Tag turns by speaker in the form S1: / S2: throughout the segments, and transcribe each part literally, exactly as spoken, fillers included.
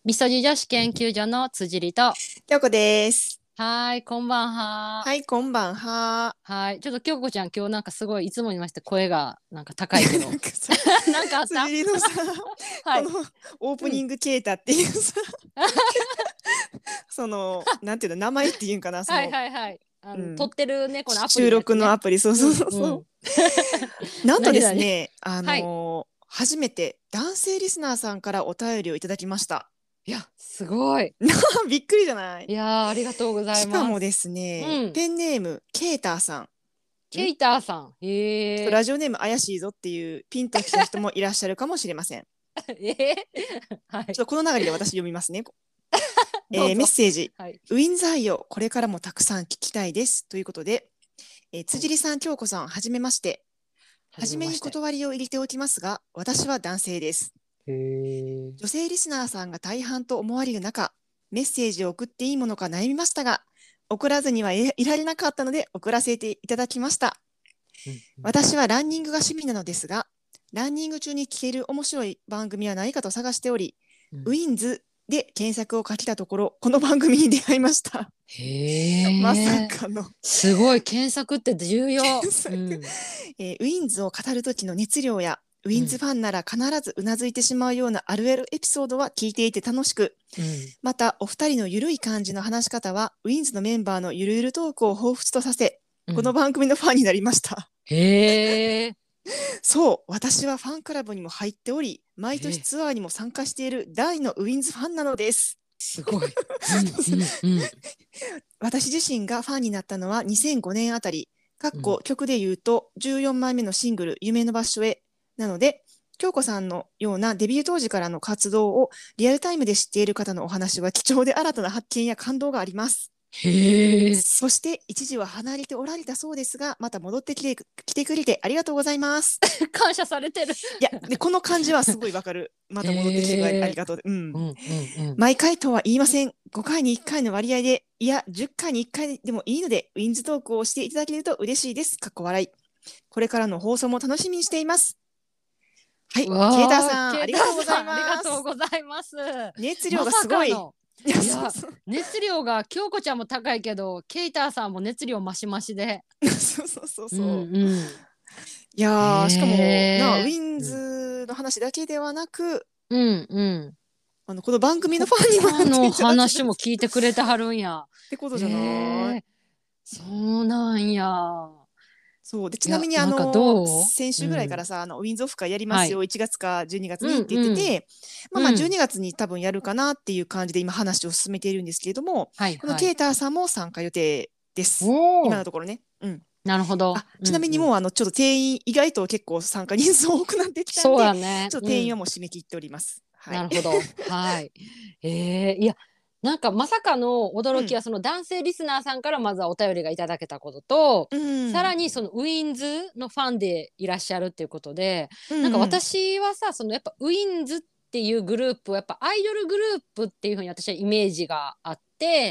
S1: みそじ女子研究所の辻里と。
S2: 京子です。
S1: はーい、こんばんは。
S2: はい、こんばんは。
S1: はい、ちょっと京子ちゃん、今日なんかすごいいつもにまして声がなんか高
S2: いや、
S1: いけど。
S2: なんかさ、
S1: なんかあった？
S2: 辻里のさ、
S1: はい。
S2: このオープ
S1: うん。
S2: ニングケータっていうさ、その、なんていうの、名前っていうんかな、そ
S1: はい
S2: の、
S1: はいはい。あの、撮
S2: うん、
S1: ってるね、このアプリ
S2: 収
S1: のやつね。
S2: 録のアプリ、そうそう
S1: うん
S2: そうそう。
S1: うん。
S2: なんとです
S1: 何何？
S2: ね、あ
S1: はい。
S2: のー初めて男性リスナーさんからお便りをいただきました。
S1: いや、すごい。
S2: びっくりじゃない？
S1: いやー、ありがとうござい
S2: しか
S1: ます。
S2: もですね、
S1: うん。
S2: ペンネーム、ケーターさん。んちょ
S1: ケイターさん。
S2: っと
S1: へえ。
S2: ラジオネーム怪しいぞっていうピンときた人もいらっしゃるかもしれません。
S1: えー、はい。
S2: ちょっとこの流れで私読みますね。えーメッ
S1: どうぞ。
S2: セージ。
S1: はい。
S2: ウィンザーよ、これからもたくさん聞きたいです。ということで、えー
S1: はい。
S2: 辻里さん、京子さん、はじめまして。
S1: は
S2: はじめに
S1: じめまして。
S2: 断りを入れておきますが、私は男性です。
S1: へえ。
S2: 女性リスナーさんが大半と思われる中、メッセージを送っていいものか悩みましたが、送らずにはいられなかったので送らせていただきました。
S1: うんうん
S2: 私はランニングが趣味なのですが、ランニング中に聞ける面白い番組はないかと探しており、
S1: うん。
S2: ウィンズで検索をかけたところ、この番組に出会いました。まさ
S1: へえ、
S2: かの
S1: すごい検索って重要。
S2: 検索、
S1: うん、
S2: えーウィンズを語る時の熱量や、ウ
S1: うん、
S2: ィンズファンなら必ずうなずいてしまうようなあるあるエピソードは聞いていて楽しく、
S1: うん、
S2: またお二人のゆるい感じの話し方は、ウィンズのメンバーのゆるゆるトークを彷彿とさせ、この
S1: うん。
S2: 番組のファンになりました。
S1: へえ、
S2: そう、私はファンクラブにも入っており、毎年
S1: え、
S2: ツアーにも参加している大のウィンズファンなのです。
S1: すごい。うん、うん、うん、
S2: 私自身がファンになったのはにせんごねんあたり、かっ
S1: うん。
S2: こ曲で言うとじゅうよんまいめのシングル夢の場所へなので、京子さんのようなデビュー当時からの活動をリアルタイムで知っている方のお話は貴重で新たな発見や感動があります。
S1: へえ、
S2: そして一時は離れておられたそうですが、また戻ってきて来てくれてありがとうございます。
S1: 感謝されてる。
S2: いや、で、この感じはすごいわかる。また戻ってきてくれてあ
S1: へえ、
S2: りがとう。うん。
S1: うん、うん、うん。
S2: 毎回とは言いません。ごかいにいっかいの割合で、いや、じゅっかいにいっかいでもいいので、ウィンズトークをしていただけると嬉しいです。かっこ笑い。これからの放送も楽しみにしています。はい。ケーター
S1: わあ、
S2: さん、あ
S1: ケイタ
S2: りがとうござい
S1: さん、ありがとう
S2: ます。
S1: ございます。
S2: 熱量が
S1: まさ
S2: すごい。
S1: かの。
S2: いや、
S1: いや、
S2: そうそう。
S1: 熱量が京子ちゃんも高いけど、ケイターさんも熱量マシマシで。
S2: そうそうそう
S1: うん
S2: そう。
S1: うん。
S2: いやー、しか
S1: へ
S2: も、な、ウ
S1: え。
S2: ィン
S1: うん。
S2: ズの話だけではなく、
S1: うんうん。
S2: あの、この番組のファンにもな
S1: 他の
S2: っていただけるっ
S1: 話も聞いてくれてはるんや。
S2: てこと
S1: へ
S2: じゃない？
S1: え。そうなんや。
S2: そうで、ち
S1: いや、
S2: なみにあ
S1: なんか
S2: の
S1: どう？
S2: 先週ぐらいから
S1: うん。
S2: さ、あのウィンズオフ会やりま
S1: はい。
S2: すよ、いちがつかじゅうにがつ
S1: うん
S2: にって言って
S1: うん。
S2: て、まあまあ12
S1: うん。
S2: 月に多分やるかなっていう感じで今話を進めているんですけれども、この
S1: はいはい。
S2: ケーターさんも参加予定です。
S1: おお。
S2: 今のところね。うん。
S1: なるほど。
S2: あ、ちなみに
S1: うんうん。
S2: もうあのちょっと定員、意外と結構参加人数多くなってきたん
S1: そう
S2: で、
S1: やね。
S2: ちょっと定員は
S1: うん。
S2: もう締め切っております。はい。
S1: なるほど。はい。ええ、いや、なんかまさかの
S2: うん。
S1: 驚きは、その男性リスナーさんからまずはお便りがいただけたことと、
S2: うん。
S1: さらにそのウィンズのファンでいらっしゃるっていうことで、なんか
S2: うんうん。
S1: 私はさ、そのやっぱウィンズっていうグループはやっぱアイドルグループっていう風に私はイメージがあって、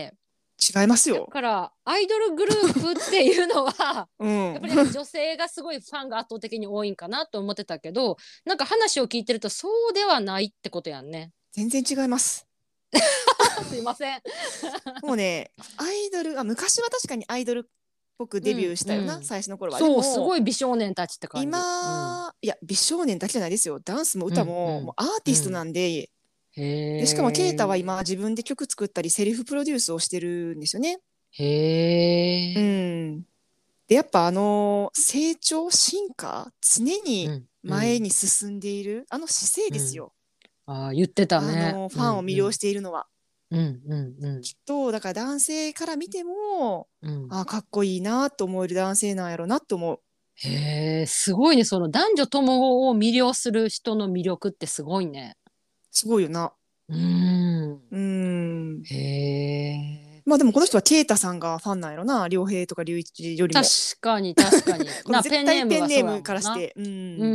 S2: 違います
S1: だ
S2: よ。
S1: からアイドルグループっていうのは
S2: うん。
S1: やっぱりなんか女性がすごいファンが圧倒的に多いんかなと思ってたけど、なんか話を聞いてるとそうではないってことやんね。
S2: 全然違います。
S1: すいません。
S2: もうね、アイドル、あ、昔は確かにアイドルっぽくデビュー
S1: うん
S2: したよな、
S1: うん。
S2: 最初の頃は。で
S1: そう、す
S2: も、
S1: ごい美少年たちって感じ。うん。
S2: 今、いや、美少年だけじゃないですよ。ダンスも
S1: う
S2: 歌も、もう
S1: んうん。
S2: アーティストな
S1: うん。
S2: んで、
S1: へ
S2: で、しかもケイタは
S1: え。
S2: 今自分で曲作ったり、セリフプロデュースをしてるんですよね。
S1: へ
S2: う
S1: え。
S2: ん。で、やっぱあの、成長、進化、常に
S1: うんう
S2: 前
S1: ん
S2: に進んでいる、あの姿勢
S1: うん。
S2: ですよ。
S1: ああ、言ってたね。
S2: あの、フ
S1: う
S2: ァンを魅了し
S1: んうん。
S2: ているのは。
S1: うんうんうん。
S2: きっと、だから男性から見ても、
S1: うん。
S2: あ、かっこいいなと思える男性なんやろなと思う。
S1: へえ、すごいね。その男女ともを魅了する人の魅力ってすごいね。
S2: すごいよな。
S1: うーん。
S2: うーん。
S1: へえ。
S2: まあでもこの人はケイタさんがファンなんやろな。良平とか隆一より
S1: 確
S2: も。
S1: かに確かに。
S2: この
S1: な、ペ
S2: 絶対
S1: ンネームがそうや
S2: ペンネーム
S1: もんな。
S2: からして。うん。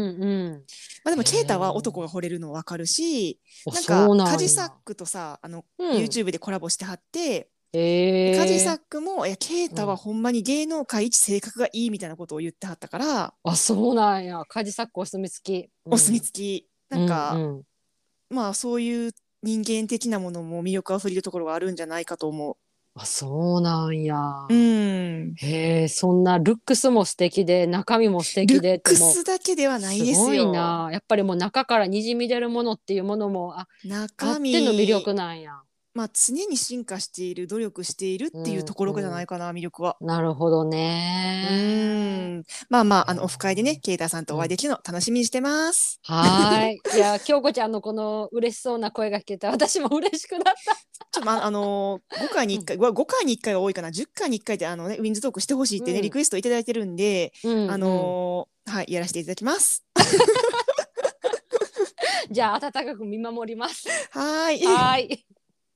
S1: うんうん。
S2: まあでも
S1: へ
S2: ケイタは男
S1: え。
S2: が惚れるのわかるし、
S1: あ、
S2: なんか
S1: そうな
S2: カジサッ
S1: んや。
S2: クとさ、あの、
S1: うん。
S2: YouTube でコラボしてはって、でカジサッ
S1: へえ。
S2: クも、いや、ケイタは
S1: うん。
S2: ほんまに芸能界一性格がいいみたいなことを言ってはったから、
S1: あ、そうなんや。カジサックお墨付き。う
S2: お墨
S1: ん。
S2: 付き。な
S1: うんう
S2: んか、
S1: ん。
S2: まあそういう人間的なものも魅力あふれるところがあるんじゃないかと思
S1: あ、そうなんや。
S2: う。うん。
S1: へえ、そんなルックスも素敵で中身も素
S2: ルッ
S1: 敵でってもう
S2: クスだけではないです
S1: すごい
S2: よ。
S1: な。やっぱりもう中からにじみ出るものっていうものもあ、あ
S2: 中
S1: っての魅
S2: 身、
S1: 力なんや。
S2: まあ常に進化している、努力しているっていう
S1: うん
S2: ところじゃな
S1: う
S2: いかな、魅力は。
S1: ん。なるほど
S2: う
S1: ね。
S2: ーん。まあまあ、あの、オフ会でね、
S1: へ
S2: ケイタさんと
S1: え。うん。
S2: お会いできるの楽しみにしてます。
S1: はーい。いや、京子ちゃんのこの嬉しそうな声が聞けて、私も嬉しくなった。
S2: ちょっと、まあ、あのー、ごかいに1
S1: うん。
S2: 回、ご ごかいにいっかいは多いかな、じゅっかいにいっかいで、あのね、ウィンズトークしてほしいってね、リ
S1: うん。
S2: クエストいただいてるんで、
S1: うん
S2: あ
S1: うん。
S2: のーはい、やらせていただきます。
S1: じゃあ温かく見守ります。
S2: はーい。
S1: はーい。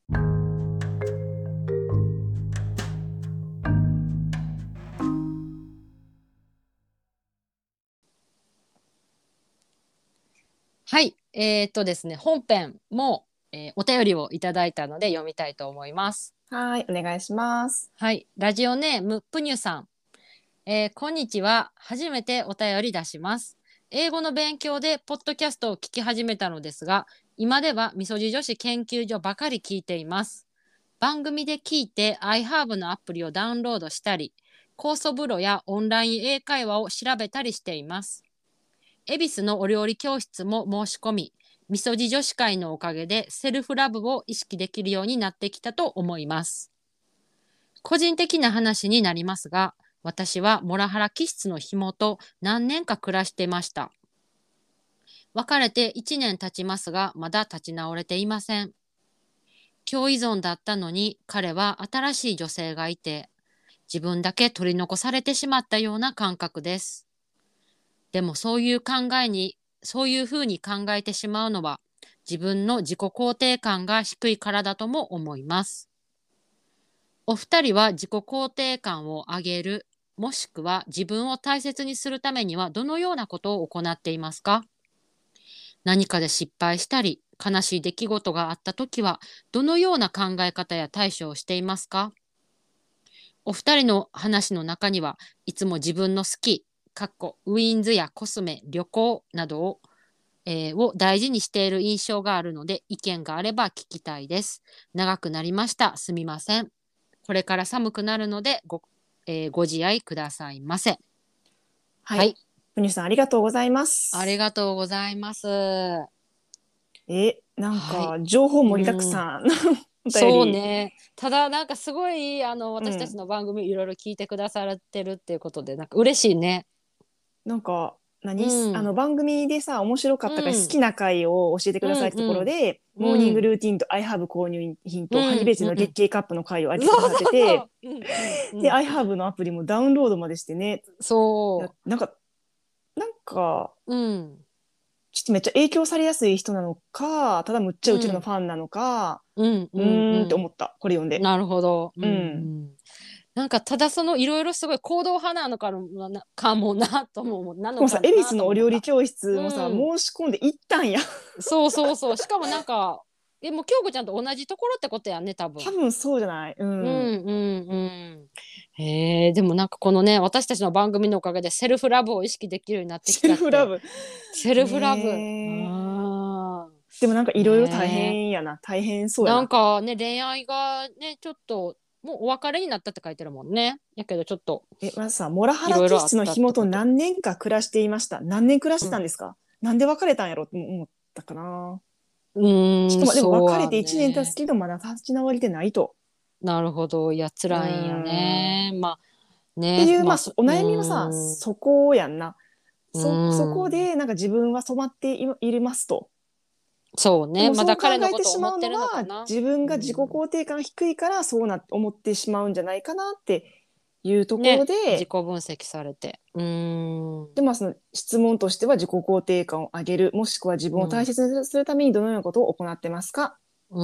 S1: はい。えーっとですね、本編も、えーお便りをいただいたので読みたいと思います。
S2: はい、お願いします。
S1: はい。ラジオネームぷにゅさん。えーこんにちは。初めてお便り出します。英語の勉強でポッドキャストを聞き始めたのですが、今ではみそじ女子研究所ばかり聞いています。番組で聞いて iHerb のアプリをダウンロードしたり、酵素風呂やオンライン英会話を調べたりしています。恵比寿のお料理教室も申し込み、みそじ女子会のおかげでセルフラブを意識できるようになってきたと思います。個人的な話になりますが、私はモラハラ気質の紐と何年か暮らしてました。別れていちねん経ちますが、まだ立ち直れていません。共依存だったのに彼は新しい女性がいて、自分だけ取り残されてしまったような感覚です。でもそういう考えに、そういうふうに考えてしまうのは、自分の自己肯定感が低いからだとも思います。お二人は自己肯定感を上げる、もしくは自分を大切にするためにはどのようなことを行っていますか？何かで失敗したり、悲しい出来事があったときは、どのような考え方や対処をしていますか？お二人の話の中にはいつも自分の好き、かっこウィンズやコスメ、旅行などを、えーを大事にしている印象があるので、意見があれば聞きたいです。長くなりました。すみません。これから寒くなるのでご、えーご自愛くださいませ。
S2: はい。
S1: はい。
S2: ふにゅさん、ありがとうございます。
S1: ありがとうございます。は
S2: え、なん
S1: い。
S2: か、情報盛りだく
S1: うん。
S2: さん。お便
S1: そう
S2: り。
S1: ね。ただなんかすごいあの
S2: うん。
S1: 私たちの番組いろいろ聞いてくださってるっていうことでなんか嬉しいね。
S2: なんか、
S1: う
S2: 何あ
S1: ん。
S2: の番組でさ、面白かったから好
S1: うん。
S2: きな回を教えてく
S1: うん
S2: ださいってところ
S1: うん。
S2: で、モーニング
S1: うん。
S2: ルーティンと iHerb 購入品と初
S1: うん
S2: めての月
S1: うん。
S2: 経カップの回を上げ
S1: そう
S2: てくださってて、
S1: そうそう。うんうんう
S2: で、
S1: ん。
S2: iHerb のアプリもダウンロードまでしてね、いや
S1: そ
S2: なんか、なんか、
S1: う。うん。
S2: ちょっとめっちゃ影響されやすい人なのか、ただむっちゃうちらの
S1: うん。
S2: ファンなのか、
S1: うん
S2: う
S1: うん
S2: ーんって
S1: う
S2: 思った。これ読ん
S1: ん。
S2: で。
S1: なるほど。うんう
S2: うん。
S1: ん。なんかただそのいろいろすごい行動派なのかななかもなともな
S2: でもさ、
S1: のか
S2: 恵比寿のお料理
S1: なとも思った。
S2: 教室
S1: う
S2: もさ、
S1: ん。
S2: 申し込んで行ったんや。
S1: そうそうそう。しかもなんか、え、もう京子ちゃんと同じところってことやね、多分。
S2: 多分そうじゃない。う
S1: うん
S2: ん。
S1: うんうん。へえ、でもなんかこのね、私たちの番組のおかげでセルフラブを意識できるようになってき
S2: セ
S1: たって。
S2: ルフラブ。
S1: セルフラブ。
S2: ねえ。
S1: ああ。
S2: でもなんかいろいろ大
S1: ね
S2: 変やな。大変そ
S1: え。なん
S2: うやな。
S1: かね、恋愛がね、ちょっと、もうお別れになったって書いてるもんね。やけどちょっと、
S2: え、まずさ、モラハ
S1: いろい
S2: ラ気
S1: ろあったっ
S2: 質の紐と
S1: てこと。
S2: 何年か暮らしていました。何年暮らし
S1: うん。
S2: てたんですか？なんで別れたんやろって思ったかな。
S1: うーん、
S2: しかもでも
S1: そうは
S2: 別れていちねん経つ
S1: ね。
S2: けどまだ立ち直りてないと。
S1: なるほど。いや、
S2: うー
S1: 辛いんや
S2: ん。っ
S1: ね。まあ、ね、
S2: ていう、まあ、
S1: まあ、そ
S2: そお
S1: う
S2: 悩みはさ、
S1: ーん、う
S2: そこやんな。そ、そ
S1: ーん。
S2: こでなんか自分は染まってい、いるますと。
S1: そうね。
S2: でもそう考
S1: まだ彼の
S2: えてしま
S1: ことを思ってるのか
S2: うのは
S1: な。
S2: 自分が自己
S1: うん。
S2: 肯定感低いからそうな思ってしまうんじゃないかなっていうところ
S1: ね、自己
S2: で、
S1: 分析されて。うーん。
S2: で、まあ、その質問としては自己肯定感を上げる、もしくは自分を大
S1: うん。
S2: 切にするためにどのようなことを行ってますか
S1: うん。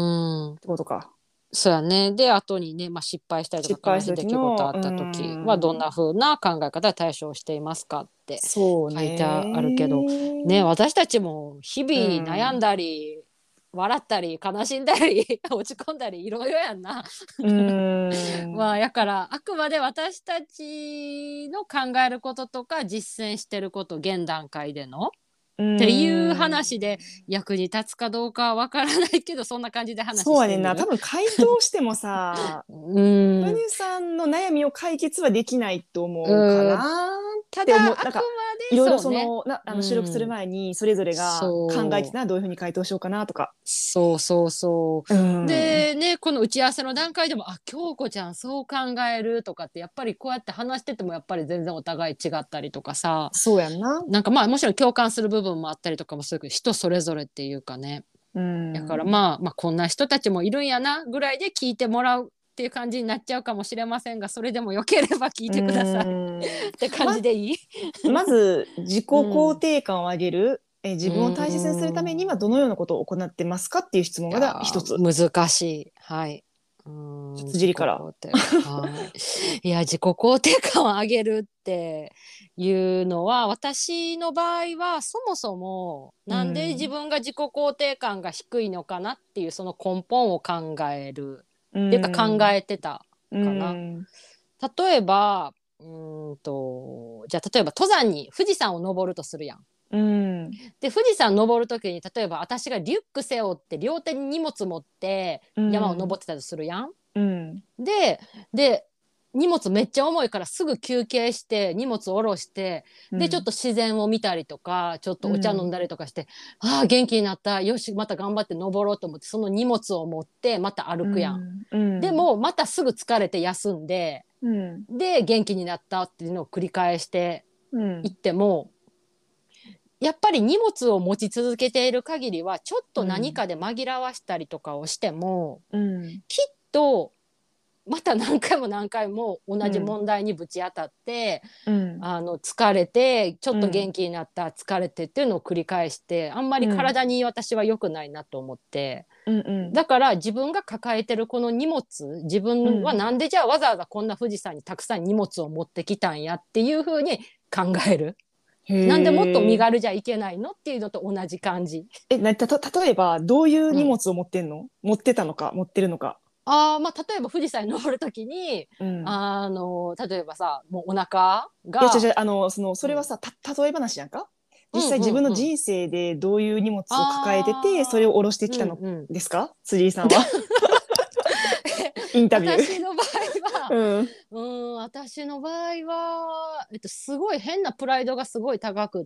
S2: ってことか。
S1: そうやね。で、後にね、まあ、失敗したりと
S2: 失敗した
S1: か悲しい出来事
S2: 時の、うー
S1: あった時はどん
S2: ん、
S1: な風な考え方で対処をしていますかって
S2: そう
S1: 書いてあるけど、
S2: ね。
S1: ね、私たちも日
S2: う
S1: 々悩ん
S2: ん。
S1: だり、笑ったり、悲しんだり、落ち込んだり、いろいろやんな。
S2: うーん。
S1: まあ、やから、あくまで私たちの考えることとか実践してること、現段階での。 っていう話で役に立つかどうかはわからないけど、そんな感じで話してる。
S2: そうやねんな。多分回答してもさ、
S1: うん
S2: プニュさんの悩みを解決はできないと思うか
S1: うん
S2: な
S1: た
S2: って思う。
S1: だあくま
S2: なんか
S1: で
S2: いろいろ
S1: そね
S2: そうのなあの収録する
S1: うん
S2: 前にそれぞれが考えて
S1: そう
S2: たらどういうふうに回答しようかなとか。
S1: そうそうそ
S2: う
S1: う。
S2: ん。
S1: でね、この打ち合わせの段階でも「あ、京子ちゃんそう考える」とかってやっぱりこうやって話しててもやっぱり全然お互い違ったりとかさ、
S2: そうやんな。
S1: なんかまあもちろん共感する部分もあったりとかもするけど、人それぞれっていうかね。
S2: う
S1: だから
S2: ん。
S1: まあまあこんな人たちもいるんやなぐらいで聞いてもらうっていう感じになっちゃうかもしれませんが、それでもよければ聞いてくださいって感じでいい？
S2: まず自己
S1: うん
S2: 肯定感を上げる、え自分を大切にするためにはどのようなことを行ってますかっていう質問
S1: い
S2: が
S1: や
S2: 一つ。
S1: 難しい。はい。うーん
S2: 辻りから。
S1: 自己肯定はい。いや自己肯定感を上げるっていうのは、私の場合はそもそもなんで自分が自己肯定感が低いのかなっていうその根本を考える
S2: う
S1: っていうか考
S2: ん。
S1: えてた
S2: う
S1: かな。
S2: ん。
S1: 例えばうーんとじゃあ例えば登山に富士山を登るとするやん。
S2: うん。
S1: で富士山登る時に例えば私がリュック背負って両手に荷物持って山を登ってたとするやん。
S2: うん。
S1: でで荷物めっちゃ重いからすぐ休憩して荷物下ろしてでちょっと自然を見たりとかちょっとお茶飲んだりとかして、うん、あー元気になったよしまた頑張って登ろうと思ってその荷物を持ってまた歩くやん。
S2: うん。
S1: でもまたすぐ疲れて休んで
S2: うん。
S1: で元気になったっていうのを繰り返して
S2: うん
S1: いっても、やっぱり荷物を持ち続けている限りはちょっと何かで紛らわしたりとかをしても、
S2: うん。
S1: きっとまた何回も何回も同じ問題にぶち当たって、
S2: うん、
S1: あの疲れてちょっと元気になった、うん、疲れてっていうのを繰り返してあんまり体に私は良くないなと思って、
S2: うんうん、
S1: だから自分が抱えてるこの荷物自分はなんでじゃあわざわざこんな富士山にたくさん荷物を持ってきたんやっていう風に考える。なんでもっと身軽じゃいけないのっていうのと同じ感じ。
S2: えなた例えばどういう荷物を持ってんの、うん、持ってたのか持ってるのか。
S1: あまあ、例えば富士山に登るときに、うん、あの例えばさもうお腹が
S2: いや違う違うあのそのそれはさ、うん、た例え話やんか。実際自分の人生でどういう荷物を抱えてて、うんうんうん、それを下ろしてきたのですか、うんうん、辻井さんは。インタビュー。
S1: 私の場合は、うん、うん、私の場合は、えっと、すごい変なプライドがすごい高くって、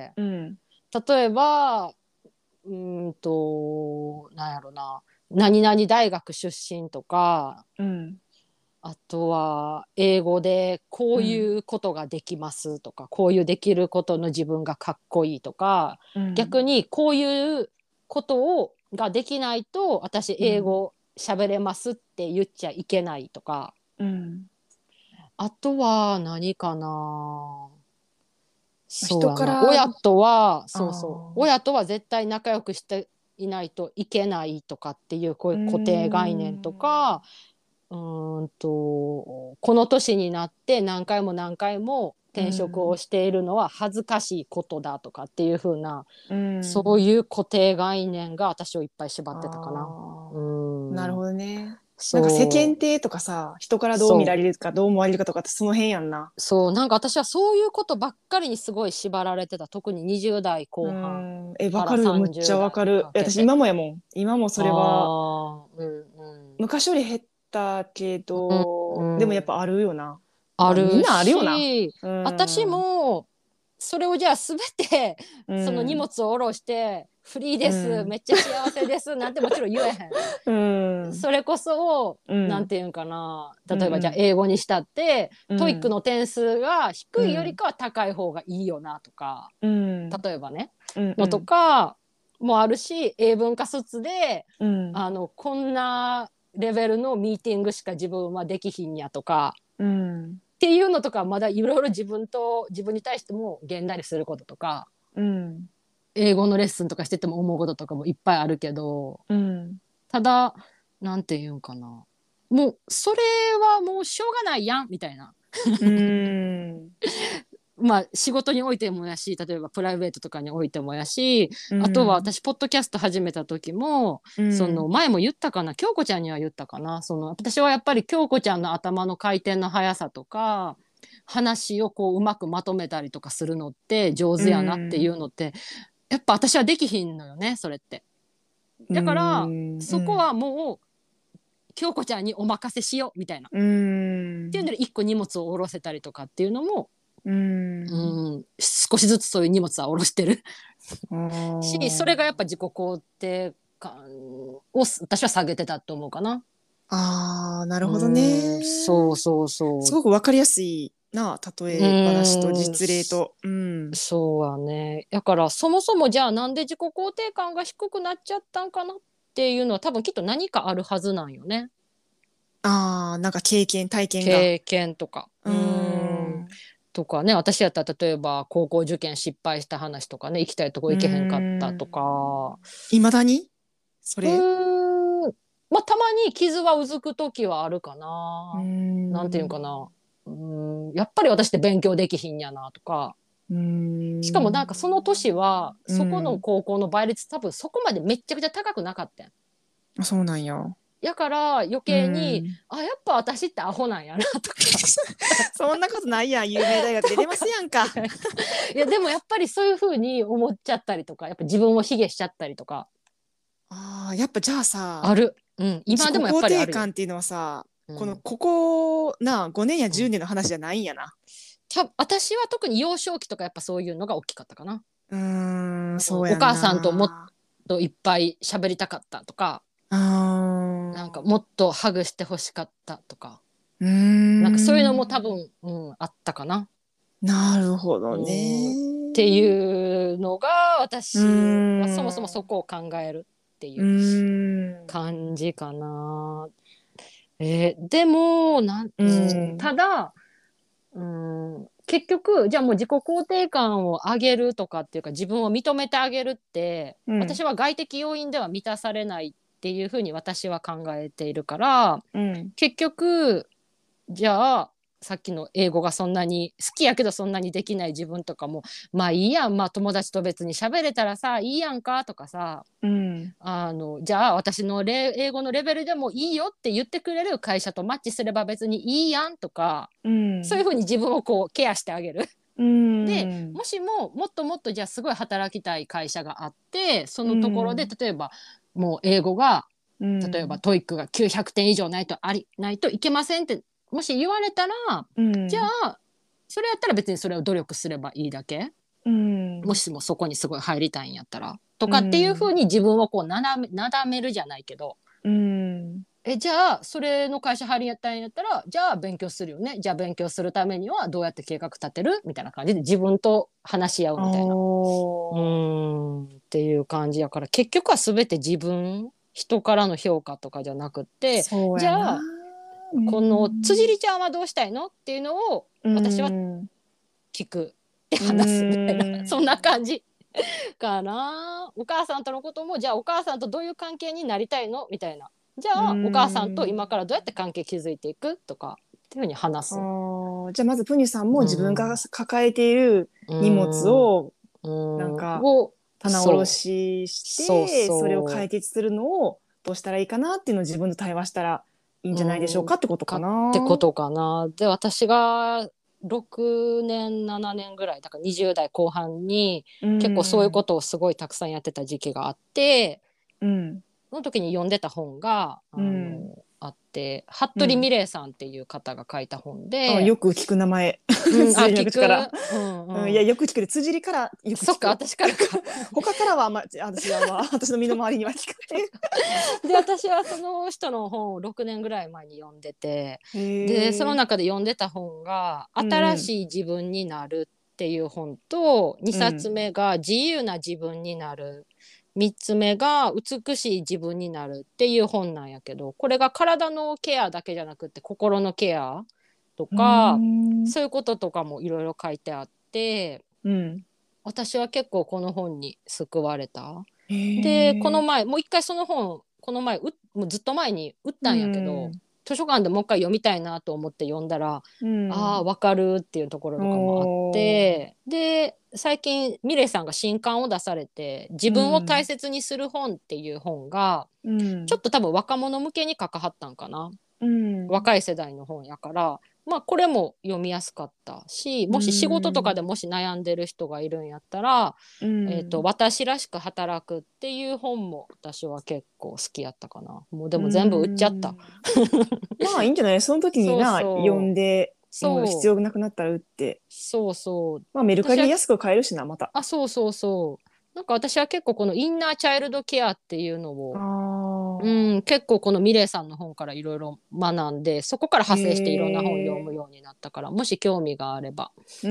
S1: うん、例えばうんとなんやろな何々大学出身とか、うん、あとは英語でこういうことができますとか、うん、こういうできることの自分がかっこいいとか、うん、逆にこういうことをができないと私英語喋れますって言っちゃいけないとか、うん、あとは何かなそうやな親とはそうそう親とは絶対仲良くしていないといけないとかっていうこういう固定概念とかうーんとこの年になって何回も何回も転職をしているのは恥ずかしいことだとかっていう風なそういう固定概念が私をいっぱい縛ってたかな。
S2: うんなるほどね。なんか世間体とかさ人からどう見られるかどう思われるかとかってその辺やんな。
S1: そうなんか私はそういうことばっかりにすごい縛られてた特ににじゅう代後半
S2: えわかるむっちゃわかる。私今もやもん今もそれは、うんうん、昔より減ったけど、うんうん、でもやっぱあるよな。
S1: あるし、
S2: まあ、みんなあるよな、
S1: うん、私もそれをじゃあ全て、うん、その荷物を下ろしてフリーです、うん、めっちゃ幸せですなんてもちろん言えへん、うん、それこそ、うん、なんていうんかな例えばじゃあ英語にしたって、うん、トイックの点数が低いよりかは高い方がいいよなとか、うん、例えばね、うん、のとかもあるし英文科卒で、うん、あのこんなレベルのミーティングしか自分はできひんやとか、うんっていうのとかまだいろいろ自分と自分に対しても現代にすることとか、うん、英語のレッスンとかしてても思うこととかもいっぱいあるけど、うん、ただなんていうんかなもうそれはもうしょうがないやんみたいなうんまあ仕事においてもやし例えばプライベートとかにおいてもやし、うん、あとは私ポッドキャスト始めた時も、うん、その前も言ったかな京子ちゃんには言ったかなその私はやっぱり京子ちゃんの頭の回転の速さとか話をこううまくまとめたりとかするのって上手やなっていうのって、やっぱ私はできひんのよねそれって。だからそこはもう京子ちゃんにお任せしようみたいなっていうので一個荷物を下ろせたりとかっていうのもうんうん少しずつそういう荷物は下ろしてるし、それがやっぱ自己肯定感を私は下げてたと思うかな。
S2: あー、なるほどね。
S1: そうそうそう。
S2: すごくわかりやすいな、例え話と実例と。うん。
S1: そうはね。だからそもそもじゃあなんで自己肯定感が低くなっちゃったんかなっていうのは多分きっと何かあるはずなんよね。
S2: あー、なんか経験、体験が。
S1: 経験とか。
S2: うーん。
S1: とかね、私やったら例えば高校受験失敗した話とかね、行きたいとこ行けへんかったとか。
S2: いまだにそれ。
S1: うーん、まあたまに傷はうずく時はあるかな。なんていうかな。うーん、やっぱり私って勉強できひんやなとか。
S2: うーん。
S1: しかもなんかその年はそこの高校の倍率多分そこまでめっちゃくちゃ高くなかったん。
S2: あ、そうなんや。
S1: やから余計に、あ、やっぱ私ってアホなんやなとか
S2: そんなことないやん、有名大学出れますやんか。
S1: いやでもやっぱりそういう風に思っちゃったりとか、やっぱ自分を卑下しちゃったりとか
S2: ああ、やっぱじゃあさ、
S1: ある。うん、今でもやっぱりあるよ。
S2: 自己肯定感っていうのはさ、
S1: うん、
S2: このここなごねんやじゅうねんの話じゃないんやな。
S1: た私は特に幼少期とかやっぱそういうのが大きかったかな。
S2: うーん、そう
S1: お
S2: やんな。
S1: 母さんともっといっぱい喋りたかったとか、
S2: あー
S1: なんかもっとハグしてほしかったとか、
S2: うーん。
S1: なんかそういうのも多分、うん、あったかな。
S2: なるほど
S1: うん
S2: ね。
S1: っていうのが私はそもそもそこを考えるって
S2: う
S1: いう
S2: ーん。
S1: 感じかな。えーでもなん、
S2: う
S1: うん
S2: ん。
S1: ただ、うん、結局じゃあもう自己肯定感を上げるとかっていうか自分を認めてあげるって、
S2: うん。
S1: 私は外的要因では満たされないっていうふうに私は考えているから、
S2: うん。
S1: 結局じゃあさっきの英語がそんなに好きやけどそんなにできない自分とかもまあいいやん、まあ友達と別に喋れたらさいいやんかとかさ、
S2: うん。
S1: あのじゃあ私の英語のレベルでもいいよって言ってくれる会社とマッチすれば別にいいやんとか、
S2: うん。
S1: そういうふうに自分をこうケアしてあげる。
S2: うん。
S1: でもしももっともっとじゃあすごい働きたい会社があってそのところで
S2: うん
S1: 例えばもう英語が
S2: うん。
S1: 例えばトイックがきゅうひゃくてん以上ないとありないといけませんってもし言われたら、
S2: うん。
S1: じゃあそれやったら別にそれを努力すればいいだけ、
S2: うん。
S1: もしもそこにすごい入りたいんやったらと
S2: う
S1: かっていう風
S2: ん。
S1: に自分をこうなだめなだめるじゃないけど、
S2: うん。
S1: えじゃあそれの会社入りたいんやったらじゃあ勉強するよね、じゃあ勉強するためにはどうやって計画立てるみたいな感じで自分と話し合うみたいな、うーんっていう感じやから結局は全て自分人からの評価とかじゃなくって
S2: そうやな。
S1: じゃあこの辻里ちゃんはどうしたいのっていうのを私は聞くって話すみたいなそんな感じかな。お母さんとのこともじゃあお母さんとどういう関係になりたいのみたいな、じゃあお母さんと今からどうやって関係築いていくとかっていうふうに話す。
S2: あじゃあまずプニュさんも自分が抱えている荷物をなんか棚卸ししてそれを解決するのをどうしたらいいかなっていうのを自分と対話したらいいんじゃないでしょうかってことかな。
S1: ってことかな。で私がろくねんななねんぐらいだからにじゅう代後半に結構そういうことをすごいたくさんやってた時期があって、
S2: うん、
S1: その時に読んでた本があの、うんあって服部美玲さんっていう方が書いた本で、
S2: うん、あよく聞く名前、
S1: うん、あ
S2: 辻口から、
S1: うんうん
S2: うん、いやよく聞くで辻里からよく聞く。
S1: そっか私からか
S2: 他からは、ま、私は、まあ、私の身の回りには聞か
S1: ないで私はその人の本をろくねんぐらい前に読んでてでその中で読んでた本が「新しい自分になる」っていう本と、うん、にさつめが「自由な自分になる」みっつめが美しい自分になるっていう本なんやけど、これが体のケアだけじゃなくて心のケアとかそういうこととかもいろいろ書いてあって、うん、私は結構この本に救われた。でこの前もう一回その本この前うもうずっと前に売ったんやけど、図書館でもう一回読みたいなと思って読んだら、うん、ああ分かるっていうところとかもあってで最近ミレイさんが新刊を出されて自分を大切にする本っていう本が、うん、ちょっと多分若者向けに書かはったんかな、うん、若い世代の本やからまあこれも読みやすかったし、もし仕事とかでもし悩んでる人がいるんやったら「えー、と私らしく働く」っていう本も私は結構好きやったかな。もうでも全部売っちゃった。
S2: まあいいんじゃない、その時にな
S1: そう
S2: 読ん
S1: そう
S2: でもう必
S1: そう
S2: 要なくなったら売って、
S1: そうそう
S2: まあメルカ
S1: 私は
S2: リで安く買えるしなまた。
S1: あそうそうそうなんか私は結構このインナーチャイルドケアっていうの
S2: あ
S1: を
S2: あ。
S1: うん、結構このミレイさんの本からいろいろ学んで、そこから派生していろんな本を読む
S2: へえ。
S1: ようになったから、もし興味があれば
S2: うん。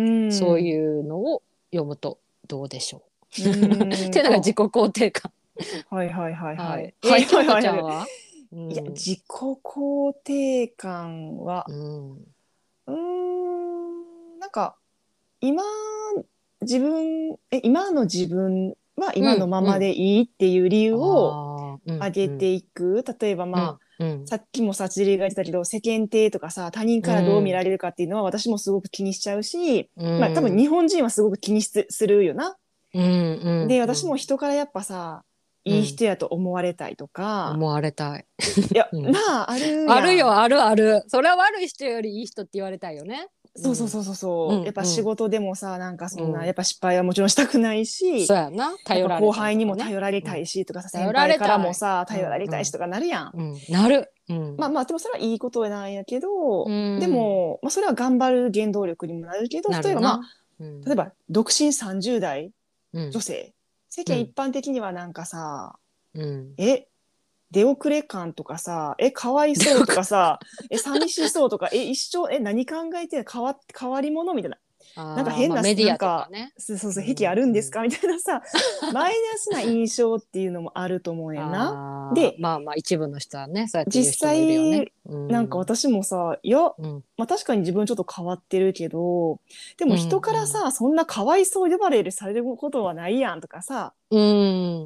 S1: そういうのを読むとどうでしょ
S2: う
S1: う。っていうのが自己
S2: ーん。あ、
S1: 肯定感。
S2: はいはいはいはい。
S1: はい。えー、
S2: はい
S1: 京子
S2: はいはいはい。
S1: ちゃんは？う
S2: いや、
S1: ん。
S2: 自己肯定感は、
S1: うん。
S2: うーん、なんか、今、自分、え、今の自分は今の
S1: うん。うん。
S2: ままでいいっていう理由を
S1: ああ、うん。うん。
S2: 上げていく。例えばまあ、
S1: うん。うん。
S2: さっきもさ、事例が言ってたけど、世間体とかさ、他人
S1: う
S2: からどう見ら
S1: ん。
S2: れるかっていうのは私もすごく気にしちゃうし、
S1: う
S2: まあ多分
S1: ん。
S2: 日本人はすごく気にすするよな。
S1: うん。う
S2: で、
S1: ん。う
S2: 私も
S1: ん。
S2: 人からやっぱさ、
S1: うん。
S2: いい人やと思われたいとか、
S1: 思われたい。
S2: いや、
S1: うん。
S2: なあ、ある
S1: あるよ、
S2: やん。
S1: あるある。それは悪い人よりいい人って言われたいよね。うん。
S2: そうそうそうそうそう。やっ
S1: うん。
S2: ぱ
S1: うん。
S2: 仕事でもさ、なんかそんな、や
S1: うん。
S2: っぱ失敗はもちろんしたくないし、
S1: そうやな。
S2: やっぱ
S1: 頼られたり
S2: 後輩にも
S1: とかね。
S2: 頼られ
S1: うん。
S2: たいしとかさ、先
S1: 頼ら
S2: 輩から
S1: れたい。
S2: もさ、
S1: うん。
S2: 頼られ
S1: うん。
S2: たいしとかなるやん。
S1: うん。なる。うん。
S2: まあまあ、でもそれはいいことなんやけ
S1: う
S2: ど、で
S1: ん。
S2: も、まあそれは頑張る原動力にもなるけど、例えばまあ、
S1: なるな。うん。
S2: 例えば独身さんじゅう代
S1: うん。
S2: 女性、世
S1: うん。
S2: 間一般的にはなんかさ、
S1: うん。
S2: え、出遅れ感とかさ、え、かわいそうとかさ、え、寂しそうとか、え、一生、え、何考えてんの変わ、変わり者みたいな。なんか
S1: ああ、
S2: 変な、
S1: まあメディアとか
S2: なんか、
S1: ね。
S2: そうそうそう、癖
S1: うん。
S2: あるん
S1: うん。
S2: ですかみたいなさ、マイナスな印象っていうのもあると思うねんな。
S1: ああ、
S2: で、
S1: まあまあ一部の人はね、そうやって言う
S2: 実
S1: 人もいるよね。
S2: 際、
S1: う
S2: なんか
S1: ん。
S2: 私もさ、いや、
S1: うん。
S2: まあ確かに自分ちょっと変わってるけど、で
S1: う
S2: も人から
S1: ん。
S2: さ、そんなかわいそう呼ばれるされることはないやんとかさ、
S1: うん。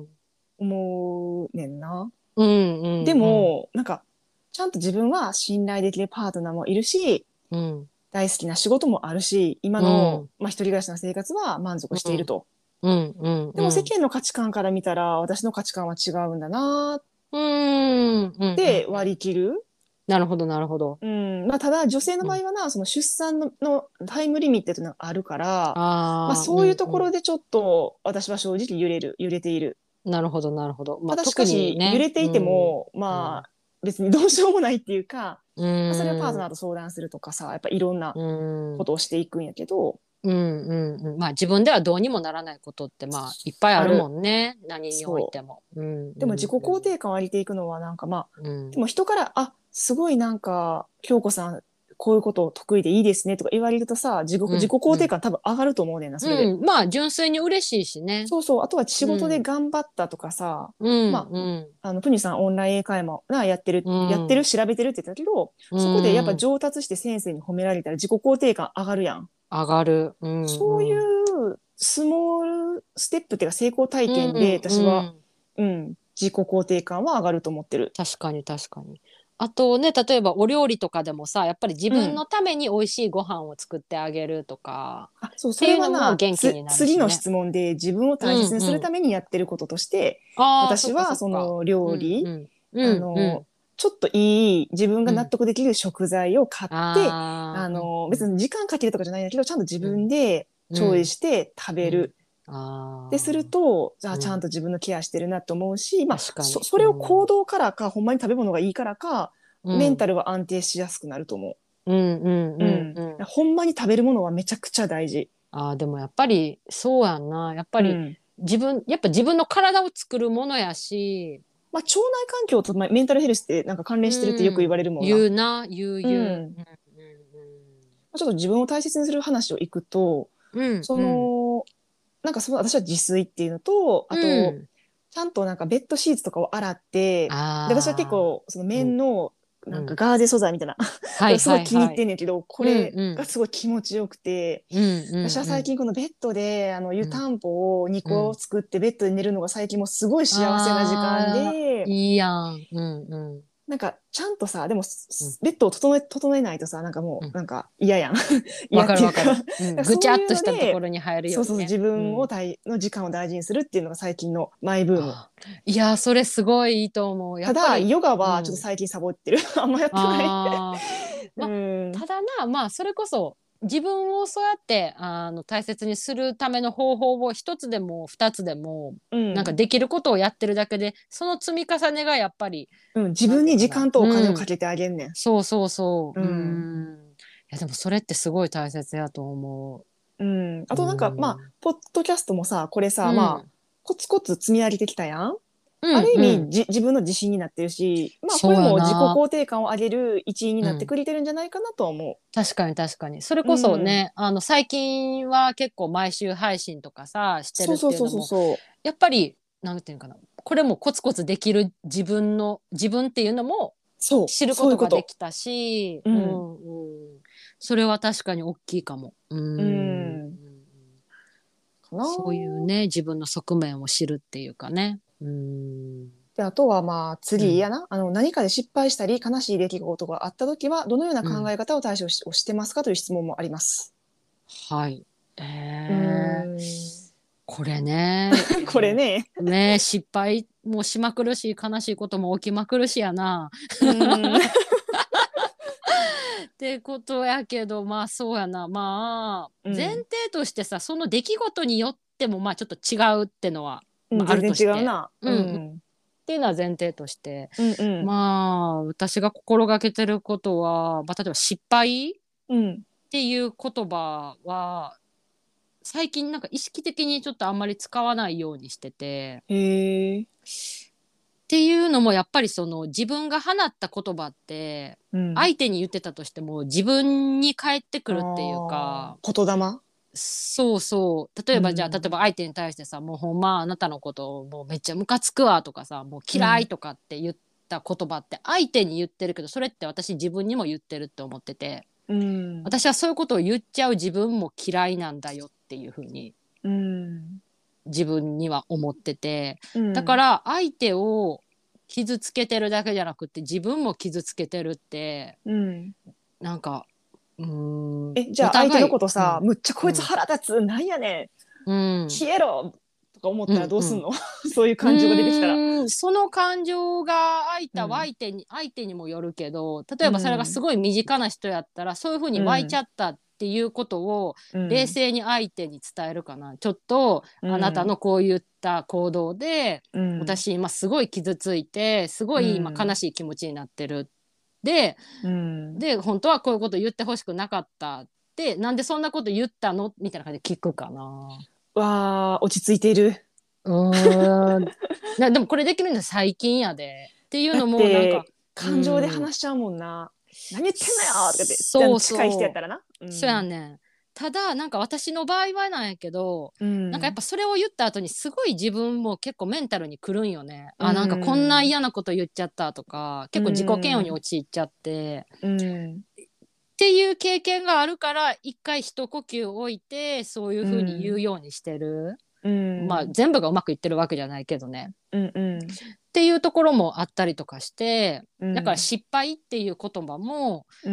S2: 思うねんな。
S1: うん。う
S2: で
S1: ん。うん。
S2: も、なんか、ちゃんと自分は信頼できるパートナーもいるし、
S1: うん。
S2: 大好きな仕事もあるし、今の、
S1: うん。
S2: まあ、一人暮らしの生活は満足していると。
S1: うん。うん。
S2: でも世
S1: うん。
S2: 間の価値観から見たら、私の価値観は違うんだなっ
S1: うん。うん。うん。
S2: て割り切る。
S1: なるほど、なるほど。
S2: うん。まあ、ただ、女性の
S1: うん。
S2: 場合はな、その出産の、のタイムリミットっていうのがあるから、まあ、
S1: ああ、う
S2: そういうところ
S1: ん。
S2: でちょっと、私は正直揺れる、揺れている。
S1: なるほど、なるほど。まあ、
S2: ただしか
S1: 特に
S2: し、揺
S1: ね。
S2: れていて
S1: うん。
S2: も、
S1: うん。
S2: まあ、別にどうしようもないっていうか、
S1: う
S2: まあ、それはパート
S1: ん。
S2: ナーと相談するとかさ、やっぱいろんな
S1: うん。
S2: ことをしていくんやけど、
S1: うん。うん。うん。まあ、自分ではどうにもならないことって、まあ、いっぱいあるも
S2: ある。
S1: んね。何におい
S2: そ
S1: ても。うん。
S2: う。でも自己肯
S1: うん。
S2: 定感を上げていくのはなんかまあ、
S1: うん。
S2: でも人から、あ、すごいなんか、京子さん、こういうこと得意でいいですねとか言われるとさ、自己、
S1: うん。
S2: 自己肯
S1: うん。
S2: 定感多分上がると思うねんな、それで。
S1: うん。まあ、純粋に嬉しいしね。
S2: そうそう。あとは仕事で
S1: うん。
S2: 頑張ったとかさ、
S1: うん。
S2: ま
S1: うん。
S2: あ、あの、プニさんオンライン英会話な、やってる、
S1: う
S2: やってる、
S1: ん。
S2: 調べてるって言ったけど、
S1: う
S2: そこでやっぱ
S1: ん。
S2: 上達して先生に褒められたら自己肯定感上がるやん。
S1: 上がる。う
S2: そうい
S1: ん。うん。
S2: うスモールステップっていうか成功体
S1: う
S2: 験で
S1: ん。
S2: 私は、
S1: うん。
S2: うん、自己肯定感は上がると思ってる。
S1: 確かに確かに。あとね、例えばお料理とかでもさ、やっぱり自
S2: うん。
S1: 分のために美味しいご飯を作ってあげるとか
S2: あ、そう、
S1: っていうのも
S2: それはな、つ、
S1: 元気になる
S2: 次の
S1: しね。
S2: 質問で自分を
S1: う
S2: 大切にする
S1: んうん。
S2: ためにやってることとして、
S1: ああ、そっかそ
S2: 私は
S1: っか。
S2: その
S1: うんう
S2: 料理、
S1: ん。うんう
S2: あの、
S1: ん。
S2: ちょっといい自分が
S1: うん。
S2: 納得できる食材を買って、
S1: ああ、うん
S2: あの、
S1: うん。
S2: 別に時間かけるとかじゃないんだけど、ちゃんと自
S1: うん
S2: 分で調理
S1: うん
S2: して食べ
S1: うん。
S2: る。で、する
S1: ああ、
S2: と、じゃあちゃん
S1: うん。
S2: と自分のケアしてるなと思うし、まあ、そ、
S1: 確かに。
S2: それを行
S1: うん。
S2: 動からか、ほんまに食べ物がいいからか、メンタ
S1: うん。
S2: ルは安定しやすくなると思
S1: うんうん
S2: う。う
S1: うん
S2: ん。
S1: うん。
S2: ほんまに食べるものはめちゃくちゃ大事。
S1: ああ、でもやっぱりそうやんな。やっぱり
S2: うん。
S1: 自分、やっぱ自分の体を作るものやし、
S2: まあ、腸内環境とまあメンタルヘルスってなんか関連してるってよく言
S1: うん。
S2: われるもんな。
S1: 言うな、言う
S2: う
S1: 言う。
S2: ん。
S1: うん
S2: ちょっと自分を大切にする話をいくと、
S1: うん
S2: そ
S1: うん。
S2: の、なんかその私は自炊っていうのと、あと、
S1: うん。
S2: ちゃんとなんかベッドシーツとかを洗って、で、私は結
S1: ああ。
S2: 構その
S1: うん
S2: 綿の
S1: うん。
S2: なんかガーゼ素材みたいな、
S1: はい
S2: すごい気に入っ
S1: はいはい。
S2: てんねんけど、こ
S1: うん
S2: れが
S1: うん。
S2: すごい気持ちよくて、
S1: うんうんうん。
S2: 私は最近このベッドであの湯
S1: うん
S2: たんぽをにこ
S1: うん。
S2: 作ってベッドで寝るのが最近もうすごい幸せな時間
S1: ああ、
S2: で、
S1: いいやん。うんうん
S2: なんか、ちゃんとさ、でも、
S1: うん
S2: ベッドを整え、整えないとさ、なんかもう、
S1: うん。
S2: なんか嫌やん。
S1: わ
S2: 嫌っていうか、
S1: かるわかる。
S2: なん
S1: うん。ぐちゃっ
S2: かそういう
S1: としたとこ
S2: ので、
S1: ろに入る
S2: そうそうそう、
S1: よりね。
S2: 自分を
S1: うん。
S2: 大の時間を大事にするっていうのが最近のマイブーム。
S1: ああ、いや、それすごいいいと思う。や
S2: ただ、
S1: っぱり、
S2: ヨガはちょっと
S1: うん。
S2: 最近サボってる。あんまやってない。
S1: ああ。 まあ
S2: うん
S1: ただな、まあそれこそ自分をそうやってあの大切にするための方法を一つでも二つでもなんか
S2: うん
S1: できることをやってるだけで、その積み重ねがやっぱり
S2: うん、自分
S1: なんていうかな、
S2: に時間とお金
S1: うん、
S2: をかけてあげんねん。
S1: そうそうそう、うー
S2: うん
S1: ん。いやでもそれってすごい大切やと思
S2: うん、あ
S1: う。う
S2: となんかまあ
S1: ん。
S2: ポッドキャストもさこれさまあ
S1: うん。
S2: コツコツ積み上げてきたやん。
S1: う
S2: ある意
S1: んうん。
S2: 味じ自分の自信になってるし、まあこれ
S1: そうや
S2: も自己
S1: な。
S2: 肯定感を上げる一因になって
S1: うん。
S2: くれてるんじゃないかなとは思
S1: 確かに確かに。それ
S2: う。
S1: こそ
S2: うん、
S1: ね、あの最近は結構毎週配信とかさ、してるっ
S2: そうそうそう
S1: ていうのも、
S2: そうそ
S1: やっぱり、なんていうのかな。これもコツコツできる自分の、自分っていうのも
S2: うそう
S1: 知ること
S2: そういうこと。
S1: ができたし、う
S2: うん
S1: んうん。それは確かに大きいかも。う
S2: う
S1: ん。
S2: んかな。
S1: そういうね、自分の側面を知るっていうかね。うん。
S2: であとはまあ
S1: うん。
S2: 次やなあの何かで失敗したり悲しい出来事があった時はどのような
S1: うん。
S2: 考え方を対処しをしてますかという質問もあります。
S1: はい。
S2: うー
S1: えー、
S2: ん
S1: これね、いや
S2: これね。
S1: ね、失敗もしまくるし、悲しいことも起きまくるしやな。
S2: うーん
S1: ってことやけど、まあそうやな。まあ、前提
S2: うん、
S1: としてさ、その出来事によってもまあちょっと違うってのは、
S2: うん、
S1: まあ、ある
S2: 全
S1: として。
S2: 然違うな。
S1: うんうん。っ
S2: うん、
S1: ていうのは前提として。
S2: うん、うん、
S1: まあ、私が心がけてることは、まあ、例えば失敗っ
S2: うん。
S1: ていう言葉は、最近なんか意識的にちょっとあんまり使わないようにしてて。
S2: へえ。
S1: っていうのもやっぱりその自分が放った言葉って
S2: うん。
S1: 相手に言ってたとしても自分に返ってくるっていう
S2: ああ、
S1: か、
S2: 言霊。
S1: そうそう例
S2: う
S1: えばじゃあ例えば
S2: ん、
S1: 相手に対してさもうほんまあなたのこともうめっちゃムカつくわとかさもう
S2: うん、
S1: 嫌いとかって言った言葉って相手に言ってるけどそれって私自分にも言ってるって思ってて、
S2: うん、
S1: 私はそういうことを言っちゃう自分も嫌いなんだよっていう風に
S2: うん、
S1: 自分には思ってて、だか
S2: うん。
S1: ら相手を傷つけてるだけじゃなくて自分も傷つけてるって
S2: うん。
S1: なんかうーん
S2: え、じゃあ相手の
S1: お互い
S2: ことさ、
S1: うん
S2: むっちゃこいつ
S1: うん
S2: 腹立つ、なんやね
S1: う
S2: ん、
S1: ん
S2: 消えろとか思ったら
S1: うんうん
S2: どうすんの？そういう
S1: う
S2: 感情が出てきたら。
S1: ーんその感情が相手は
S2: うん、
S1: 相手に相手にもよるけど、例
S2: う
S1: えばそれがす
S2: ん、
S1: ごい身近な人やったらそういう風に湧いちゃ
S2: うん、
S1: ったっていうことを
S2: うん、
S1: 冷静に相手に伝えるかな。ちょっと
S2: う
S1: あなた
S2: ん、
S1: のこういった行動で
S2: うん、
S1: 私今すごい傷ついてすご
S2: う
S1: い今悲
S2: ん、
S1: しい気持ちになってる。で
S2: うん。
S1: で本当はこういうこと言ってほしくなかったってなんでそんなこと言ったのみたいな感じで聞くかな。
S2: わあ、落ち着いている。
S1: うーん。なでもこれできるのは最近やで。っていう
S2: だっ
S1: のもなんか、
S2: て、
S1: う
S2: 感情で
S1: ん。
S2: 話しちゃうもんな。何言ってんのよとかって、あの
S1: そう
S2: 近い人やっ
S1: そう。
S2: たらな。う
S1: そうや
S2: ん。
S1: ねん。ただ、なんか私の場合はなんやけど、
S2: うん。
S1: なんかやっぱそれを言った後にすごい自分も結構メンタルにくるんよね。
S2: う
S1: あ、なんかこんな
S2: ん。
S1: 嫌なこと言っちゃったとか、
S2: う
S1: 結構自己嫌悪に
S2: ん。
S1: 陥っちゃって。
S2: うん。
S1: っていう経験があるから一回一呼吸置いてそういう
S2: う
S1: 風に言う
S2: ん。
S1: ようにしてる。
S2: う
S1: まあ
S2: ん。
S1: 全部がうまくいってるわけじゃないけどね。
S2: うん。うん。
S1: っていうところもあったりとかしてだから
S2: うん。
S1: 失敗っていう言葉も
S2: うん。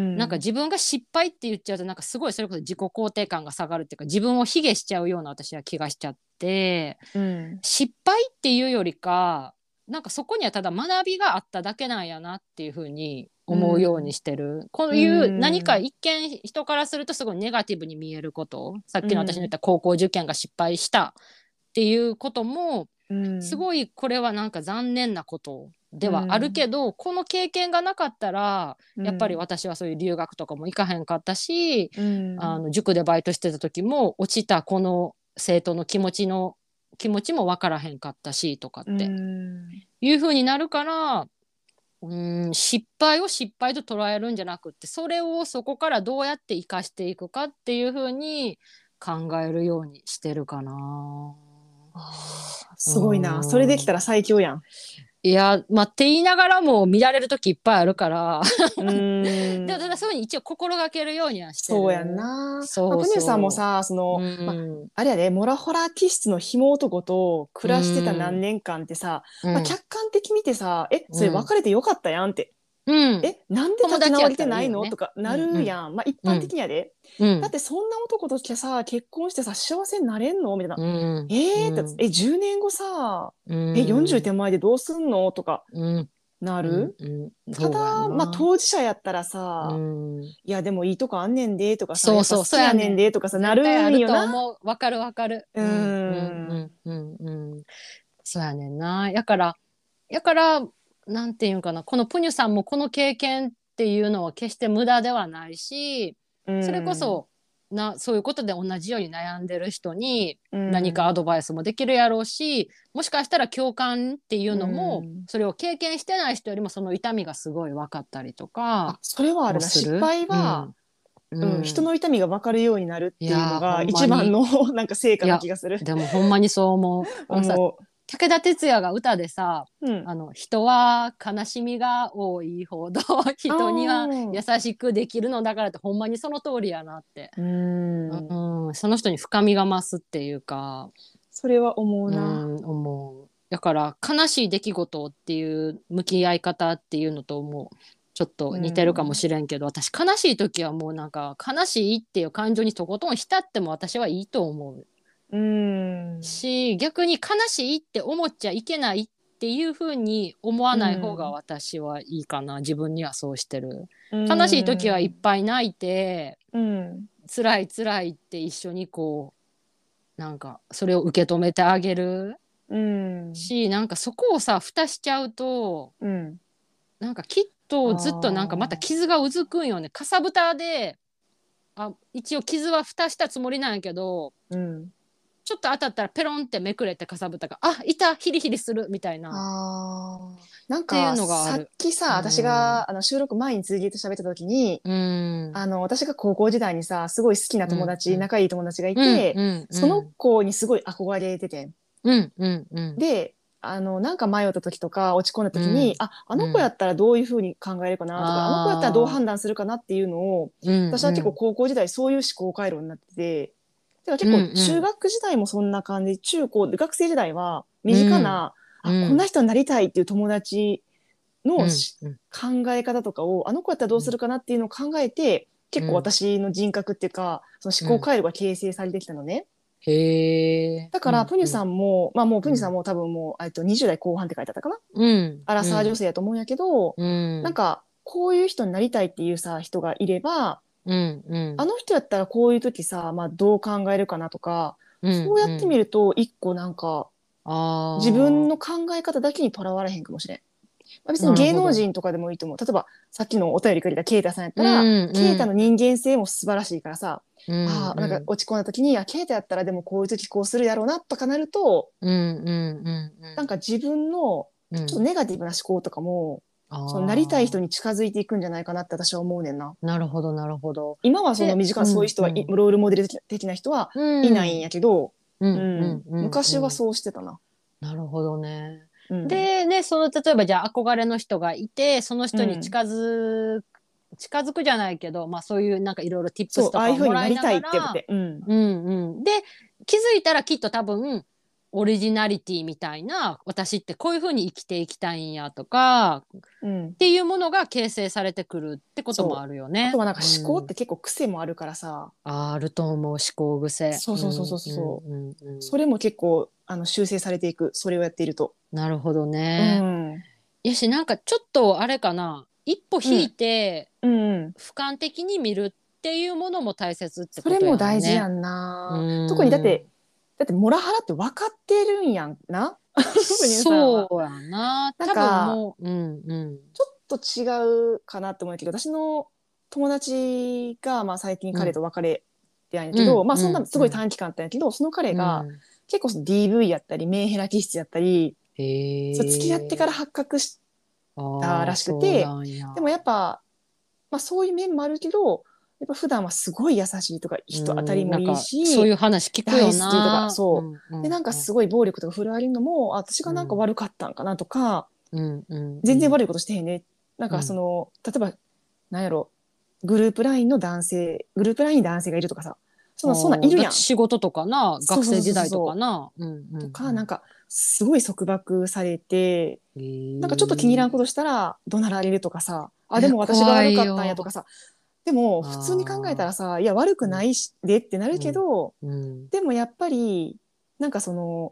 S1: なんか自分が失敗って言っちゃうとなんかすごいそれこそ自己肯定感が下がるっていうか自分を卑下しちゃうような私は気がしちゃって
S2: うん。
S1: 失敗っていうよりかなんかそこにはただ学びがあっただけなんやなっていうふうに
S2: う
S1: 思うように
S2: ん。
S1: してるこう
S2: う
S1: いう何か
S2: ん。
S1: 一見人からするとすごいネガティブに見えることさっ
S2: う
S1: きの私の言っ
S2: ん。
S1: た高校受験が失敗したっていうことも
S2: うん。
S1: すごいこれはなんか残念なこと
S2: う
S1: ではある
S2: ん。
S1: けどこの経験がなかったらやっぱり
S2: うん。
S1: 私はそういう留学とかも行かへんかったし
S2: うん。
S1: あの塾でバイトしてた時も落ちたこの生徒の気持ちの気持ちも分からへんかったしとかっ
S2: う
S1: て
S2: ん。
S1: いう風になるからうん失敗を失敗と捉えるんじゃなくってそれをそこからどうやって生かしていくかっていう風に考えるようにしてるかな。
S2: あー
S1: う
S2: すごいな。それでき
S1: ーん
S2: たら最強やん。
S1: いや、まあ、って言いながらも見られる時いっぱいあるから
S2: う
S1: でも
S2: ーん。
S1: ただそういうふうに一応心がけるようにはして
S2: そうやん
S1: る。
S2: な。まあ、
S1: そう
S2: プニューさんも
S1: そ
S2: さ、そ
S1: う。
S2: の、
S1: う
S2: まあ、
S1: ん。
S2: あれやで、モラホラ気質のひも男と
S1: う
S2: 暮らしてた何
S1: ん。
S2: 年間ってさ、まあ、
S1: うん。
S2: 客観的見てさ、え、それ
S1: うん。
S2: 別れてよかったやんって。
S1: うん。
S2: え、なんで
S1: 友
S2: 立ち
S1: 達やった
S2: 直りてない
S1: らいいよね。
S2: のとかな
S1: うん。うん。
S2: るやん。まあ、一般的
S1: うん。
S2: にやで。
S1: うん。
S2: だってそんな男としてさ、結婚してさ、幸せになれんのみたいな。
S1: うん。
S2: えーって、
S1: うん。
S2: え、じゅうねんごさ、
S1: う
S2: え、よんじゅう
S1: ん。
S2: 手前でどうすんのとか、
S1: うん。
S2: な
S1: うん
S2: る。
S1: うん、
S2: た
S1: そうや
S2: だまあ
S1: な。
S2: 当事者やったら
S1: う
S2: さ、
S1: ん、
S2: いやでもいいとこあんねんでとかさ、
S1: そうそう、
S2: やっぱ好き
S1: そうやねん。
S2: やねんでとかさな
S1: 絶対ある
S2: るんよな。
S1: と思う。わかるわかる。
S2: うー
S1: うんうんう
S2: ん。
S1: んうんうん。そうやねんな。やから、やから、なんていうんかな、このプニュさんもこの経験っていうのは決して無駄ではないし、
S2: う
S1: それこ
S2: ん。
S1: そな、そういうことで同じように悩んでる人に
S2: う
S1: 何かア
S2: ん。
S1: ドバイスもできるやろうし、もしかしたら共感っていう
S2: う
S1: のも、
S2: ん。
S1: それを経験してない人よりもその痛みがすごい分かったりとか
S2: あ、それはあるな。失
S1: もする。
S2: 敗は、
S1: うん。う
S2: うん、人
S1: ん。
S2: の痛みが分かるようになるっていうの
S1: いやー、ほ
S2: が
S1: んまに。
S2: 一番のなんか成果な
S1: いや、
S2: 気がする。
S1: でもほんまにそう思う。あのさ、
S2: 思
S1: 武田鉄矢が歌でさ、
S2: う。うん。
S1: あの人は悲しみが多いほど
S2: あ
S1: 人には優
S2: あ。
S1: しくできるのだからってほんまにその通りやなって、
S2: うん。
S1: うん、その人に深みが増すっていうか、
S2: それは思う
S1: う
S2: な。
S1: ん、思う。だから悲しい出来事っていう向き合い方っていうのともちょっと
S2: う
S1: 似てるかも
S2: ん。
S1: しれんけど、私悲しい時はもうなんか悲しいっていう感情にとことん浸っても私はいいと思う
S2: うん。
S1: し、逆に悲しいって思っちゃいけないっていう風に思わ
S2: う
S1: ない方が
S2: ん。
S1: 私はいいかな。自分にはそうしてる。
S2: う
S1: 悲しい時はいっ
S2: ん。
S1: ぱい泣いて、
S2: うん。
S1: 辛い辛いって一緒にこう、なんかそれを受け止めてあげる
S2: うん。
S1: し、なんかそこをさ、蓋しちゃうと、
S2: うん。
S1: なんかきっ
S2: あ
S1: とずっとなんかまた
S2: あ。
S1: 傷がうずくんよね。かさぶたで、あ、一応傷は蓋したつもりなんやけど、
S2: うん。
S1: ちょっと当たったらペロンってめくれてかさぶたが、あ、いた、ヒリヒリするみたいな。
S2: ああ。なん
S1: っていう
S2: か、さっ
S1: のがある。う
S2: きさ、私
S1: ん。う
S2: があの収録前に続きと喋った時に、
S1: ん。
S2: あの、私が高校時代にさ、すごい好きな
S1: うん。
S2: 友達、仲いい友達がい
S1: うん。
S2: て、
S1: うん。う
S2: その
S1: ん。
S2: 子にすごい憧れてて。
S1: うん。うん。うん。
S2: で、あの、なんか迷った時とか、落ち込んだ
S1: うん。
S2: 時に、あ、あの子や
S1: うん。
S2: ったらどういうふうに考えるかなとか、あの子やったらどう
S1: ああ。
S2: 判断するかなっていうのを、
S1: うん。
S2: 私は結構
S1: うん。
S2: 高校時代そういう思考回路になってて、だから結
S1: うん。
S2: 構中
S1: うん。
S2: 学時代もそんな感じ、中高で学生時代は身
S1: うん。
S2: 近な、あ、こんな
S1: うん。
S2: 人になりたいっていう友達
S1: うん。
S2: のし
S1: うん。
S2: 考え方とかを、あの子やったらどうするかなっていうのを考えて、結構
S1: うん。
S2: 私の人格っていうか、その
S1: うん。
S2: 思考回路が形成されてきたのね。
S1: へえ。
S2: だから、
S1: うん。
S2: プニュ
S1: うん。
S2: さんも、まあもうプニュさん
S1: うん。
S2: も多分もう、えっと、にじゅう代後半って書いてあったかな。
S1: うん。
S2: アラサー女
S1: うん。
S2: 性やと思うんやけど、
S1: うん。
S2: なんか、こういう人になりたいっていうさ、人がいれば、
S1: うん。うん。
S2: あの人やったらこういう時さ、まあどう考えるかなとか、
S1: うん。
S2: そうやって
S1: うん。
S2: みると、一個なんか、自分の
S1: ああ。
S2: 考え方だけにとらわれへんかもしれん。まあ、別に
S1: なるほど。
S2: 芸能人とかでもいいと思う。例えば、さっきのお便りくれたケイタさんやった
S1: う
S2: ら、
S1: ん。
S2: ケイタ
S1: うん。
S2: の人間性も素晴らしいからさ、
S1: うん。
S2: ああ、なんか
S1: うん。
S2: 落ち込んだ時に、あ、ケイタやったらでもこういう時こうするやろうなとかなると、
S1: うん。うん。うん。
S2: なんか自分のちょっと
S1: うん。
S2: ネガティブな思考とかも、
S1: あ
S2: そのなりたい人に
S1: あ。
S2: 近づいていくんじゃないかなって私は思うねんな。
S1: なるほど、なるほど。
S2: 今はその
S1: で、
S2: 身近なそういう
S1: うん。
S2: 人はい、
S1: うん。
S2: ロールモデル的な人は
S1: う
S2: いないん
S1: ん。
S2: やけど、
S1: うん。う
S2: うん、
S1: ん。うん。うん。
S2: 昔はそうしてたな。
S1: なるほどね。
S2: うん、
S1: で、ね、その、例えばじゃあ憧れの人がいて、その
S2: うん。
S1: 人に近づ近づくじゃないけど、まあそういうなんかいろいろ
S2: そう、
S1: tips と
S2: ああいう風にな
S1: かをもらい
S2: りたいって言っ
S1: ながら、
S2: て、うん、
S1: うんうん。で、気づいたらきっと多分、オリジナリティみたいな、私ってこういう風に生きていきたいんやとか、っ
S2: うん。
S1: ていうものが形成されてくるってことも
S2: そう。
S1: あるよね。
S2: あとはなんか
S1: う
S2: 思考っ
S1: ん。
S2: て結構癖もあるからさ、
S1: ああると思う、思考癖。
S2: そうそうそうそう
S1: うんう
S2: そう。
S1: んうんうん。
S2: それも結構、あの、修正されていく。それをやっていると。
S1: なるほど
S2: う
S1: ね。
S2: ん。
S1: やし、なんかちょっとあれかな、一歩引い
S2: うん。
S1: て
S2: うん。うん。
S1: 俯瞰的に見るっていうものも大切って
S2: それ
S1: こと
S2: も大事や
S1: やんね。
S2: ん
S1: う
S2: な。特にだって、
S1: ーん。
S2: だってモラハラって分かってるんやんな。プニューさんは。
S1: そうやな。
S2: なん
S1: 多分
S2: か、
S1: もう、うんうん。
S2: ちょっと違うかなって思うけど、私の友達が、まあ最近彼
S1: うん。
S2: と別れてやんやけど、
S1: うん
S2: まあそんな
S1: うんうん。
S2: すごい短期間あったんやけど、その彼
S1: う
S2: が
S1: ん。
S2: 結構その ディーブイ やったり、メンヘラ気質やったり、
S1: へ
S2: そう付き合ってから
S1: え。
S2: 発覚した
S1: ああ、
S2: らしく
S1: そう
S2: て、
S1: なんや。
S2: でもやっぱ、まあそういう面もあるけど、やっぱ普段はすごい優しいとか、
S1: う
S2: 人当たり
S1: ん、
S2: もいい
S1: なんか、そうい
S2: し、
S1: う話聞く
S2: 大
S1: よ
S2: 好きとか、
S1: な。う
S2: そ
S1: んう
S2: う。で、なんか
S1: んうん。
S2: すごい暴力とか振るわれるのも、あ、私がなんか
S1: うん。
S2: 悪かったんかなとか、
S1: うんうんうん。
S2: 全然悪いことしてへんね。なん
S1: うん。
S2: かその、例えば、なんやろ、グループラインの男性、グループラインに男性がいるとかさ、そんな、そんなん
S1: ああ、だって
S2: いるやん。
S1: 仕事とかな、学
S2: そうそうそうそう
S1: 生時代とか
S2: そう。
S1: な。うんう
S2: とか、なん
S1: ん
S2: か、すごい束縛されて、
S1: うん。
S2: なんかちょっと気に入らんこと
S1: へ
S2: したら怒鳴られるとかさ、あ、
S1: え。え、
S2: でも私が
S1: 怖い
S2: 悪かったんやとか
S1: よ。
S2: さ、でも普通に考えた
S1: ああ。
S2: らさ、いや悪く
S1: うん、
S2: ないしでってなる
S1: うん、
S2: けど、
S1: うん、
S2: でもやっぱり、なんかその、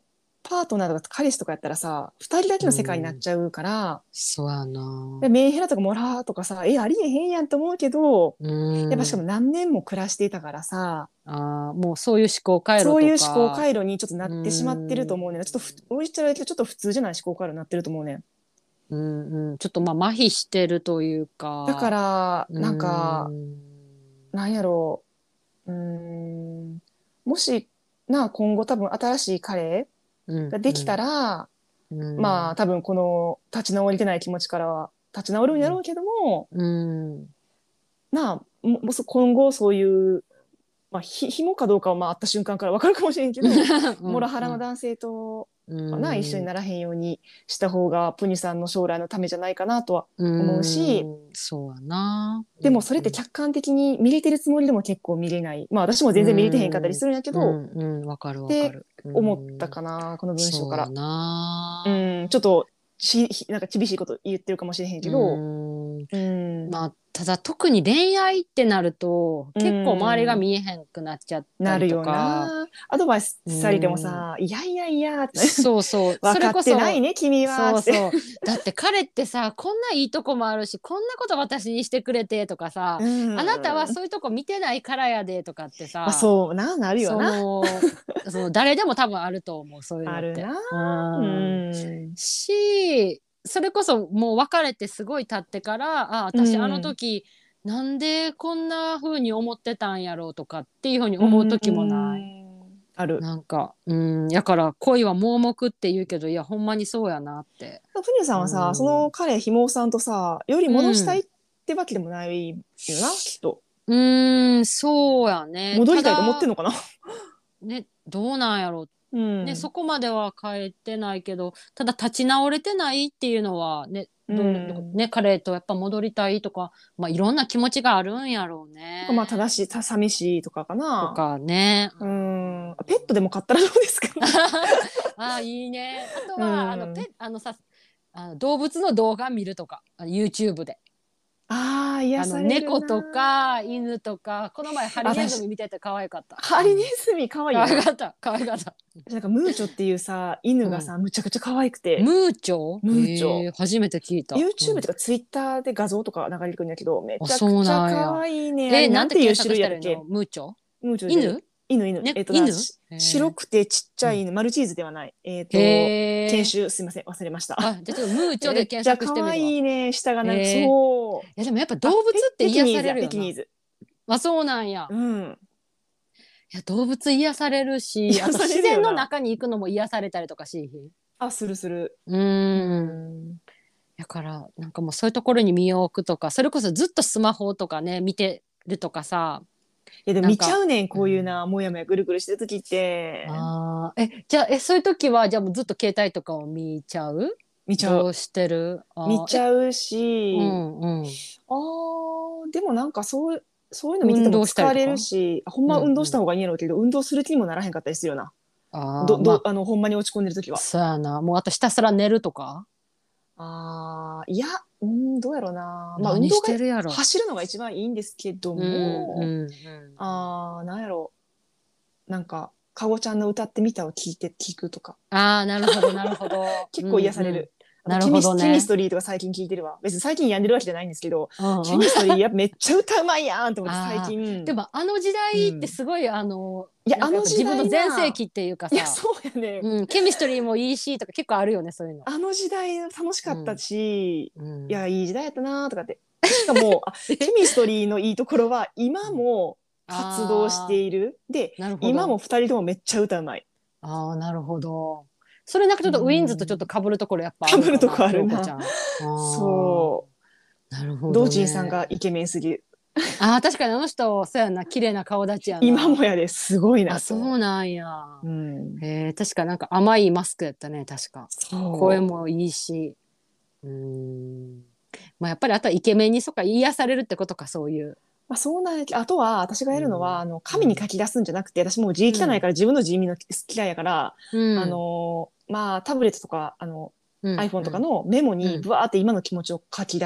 S2: パートナーとか彼氏とかやったらさふたりだけの世界になっちゃうから、
S1: そうやな。
S2: でメンヘラとかモラーとかさえありえへんやんと思うけど、
S1: うん。
S2: やっぱしかも何年も暮らしていたからさ、
S1: あーもうそういう思考回路とか。
S2: そういう思考回路にちょっとなってしまってると
S1: うん
S2: 思うねん。ちょっとふおいしちゃうけどちょっと普通じゃない思考回路になってると思うねん。
S1: うんうん、ちょっとまあ麻痺してるという
S2: だか
S1: か。
S2: ら
S1: う
S2: なんか
S1: ん
S2: なんやろう、うーんもしな今後多分新しい彼
S1: うん
S2: ができたら、
S1: うん
S2: まあ多分この立ち直りてない気持ちからは立ち直るんやろうけども、
S1: うん
S2: なあももうそ今後そういう、まあ、ひ紐かどうかはまあ会った瞬間から分かるかもしれんけど、モラハラの男性と、まあな一緒にならへんようにした方がプニさんの将来のためじゃないかなとは思うし、
S1: うんそうやな。
S2: でもそれって客観的に見れてるつもりでも結構見れない。まあ私も全然見れてへんかったりするんやけど、
S1: うんうんわかるわか
S2: で
S1: る。
S2: 思ったかな、この文章
S1: そうや
S2: から。
S1: な。
S2: うん、ちょっとしなんか厳しいこと言ってるかもしれへんけど、
S1: うん
S2: うん、
S1: まあただ特に恋愛ってなると
S2: うん
S1: 結構周りが見えへんくなっちゃったりと
S2: なるよ
S1: か。
S2: な。アドバイスされてもさ、いやいやいやって
S1: そうそう
S2: 分かって
S1: それこそ
S2: ないね君はって。
S1: そうそうだって彼ってさこんないいとこもあるしこんなこと私にしてくれてとかさ、
S2: うん
S1: あなたはそういうとこ見てないからやでとかってさ、
S2: まあそうななるよ
S1: そ
S2: な。
S1: のその誰でも多分あると思うそういうのって。
S2: あるな。
S1: う
S2: うんん。
S1: しそれこそもう別れてすごい経ってからあ私あの時、なんでこんな風に思ってたんやろうとかっていう風に思う時もない。
S2: うんある。
S1: なんかうんやから恋は盲目って言うけどいやほんまにそうやなって。
S2: ふにさんはさ、
S1: うん
S2: その彼ひもさんとさより戻したいってわけでもないよな、きっと。
S1: うーんそうやね。
S2: 戻りたいと思
S1: ただ
S2: ってんのかな。
S1: ねどうなんやろ
S2: うん
S1: ね、そこまでは変えてないけどただ立ち直れてないっていうのはねどうど
S2: うん
S1: ね彼とやっぱ戻りたいとか、まあ、いろんな気持ちがあるんやろうね。
S2: まあ正しいた寂しいとかか
S1: と
S2: な。
S1: かね。
S2: うんペットでも飼ったらどうですか。
S1: あいいね。あと
S2: う
S1: は、
S2: ん
S1: あのペあのさあの動物の動画見るとかあの YouTube で
S2: ああ癒
S1: あの
S2: されるな。
S1: 猫とか犬とかこの前ハリネズミ見てて可愛かった。
S2: ハリネズミ可愛いな。
S1: 可愛かった可愛かった。
S2: なんかムーチョっていうさ犬がさ、むちゃくちゃ可愛くて、
S1: ムーチョ
S2: ムーチョ
S1: へー初めて聞いた。
S2: YouTube
S1: うん
S2: とか Twitter で画像とか流れてくるんだけどめちゃくち
S1: あそうな
S2: ゃ
S1: んや
S2: 可愛いね。あ
S1: え
S2: れなんていう
S1: なんて検索
S2: 種類やったっけ。
S1: したらいいのムーチョ
S2: ムーチョで
S1: 犬
S2: 犬犬、
S1: ね
S2: えっとな
S1: 犬
S2: し
S1: へー
S2: 白くてちっちゃい犬、マルチーズではないえっ、と
S1: へー
S2: 犬種すいません忘れました。
S1: あじゃあちょっとムーチョ
S2: めっ
S1: で検
S2: ちゃ可
S1: 索してみるわ。
S2: 愛いね下がなんか、
S1: へー
S2: そう
S1: えでもやっぱ動物って癒されるよな。
S2: ペキニーズ
S1: あそうなんや。
S2: うん
S1: いや動物癒されるしあと
S2: 癒されるよな
S1: 自然の中に行くのも癒されたりとかしいひん。
S2: あするする
S1: うー
S2: うんん
S1: だからなんかもうそういうところに身を置くとかそれこそずっとスマホとかね見てるとかさ。
S2: いやでも見ちゃうねんこういう
S1: う
S2: な、もやもやぐるぐるしてる時って
S1: あーえじゃあえそういう時はじゃあもうずっと携帯とかを見ちゃう
S2: 見ちゃう
S1: どうしてるあー
S2: 見ちゃうし、
S1: えうんうん
S2: あーでもなんかそうそういうの見てて
S1: 運
S2: も
S1: 動したりとか
S2: 疲れるしあほんまは運動した方がいいんやろうけど、運動する気にもならへんかったりするよな。どど、
S1: あーまあ
S2: あのほんまに落ち込んでる時は。
S1: そうやなもうあとひたすら寝るとか
S2: あーいやうんどうやろうな。まあ運
S1: 何
S2: 動が
S1: してるやろ。
S2: 走るのが一番いいんですけど
S1: うん
S2: も、
S1: うんうん
S2: あーなんやろうなんかかごちゃんの歌ってみたを聞いて聞くとか
S1: ああなるほどなるほど
S2: 結構癒される。
S1: うんうん
S2: あとケミス
S1: なるほどね
S2: ケミストリーとか最近聞いてるわ。別に最近病んでるわけじゃないんですけど、
S1: うんうん
S2: ケミストリーやっぱめっちゃ歌うまいやんと思って
S1: あー
S2: 最近。
S1: でもあの時代ってすごい、あの
S2: いや
S1: なんかやっぱ
S2: あの時代な
S1: 自分の全盛期っていうかさ
S2: いやそうやね、
S1: うん、ケミストリーもいいしとか結構あるよねそういうの。
S2: あの時代楽しかったし、
S1: うん、
S2: いやいい時代やったなとかってしかもあケミストリーのいいところは今も活動しているで
S1: なるほど
S2: 今もふたりともめっちゃ歌うまい。
S1: あーなるほどそれなんかちょっとウィンズとちょっと被るところやっぱあるのかな
S2: 被るとこあるな
S1: 京子ちゃんあー
S2: そう
S1: なるほど、ね、
S2: ドージーさんがイケメンすぎる。
S1: あー確かにあの人そうやな綺麗な顔立ちやな
S2: 今もやですごいな
S1: あそうなんや、
S2: うん
S1: へえ確かなんか甘いマスクやったね確か
S2: そう
S1: 声もいいしうーんまあやっぱりあとはイケメンにそっか癒されるってことかそういう
S2: まあ、そうなんやけどあとは私がやるのは、
S1: うん
S2: あの紙に書き出すんじゃなくて私もう字汚いから自分の字見るの嫌いやから、
S1: うん
S2: あのまあタブレットとかあの、
S1: うん
S2: iPhone とかのメモに
S1: うん
S2: ブワーって今の気持ちを書き出し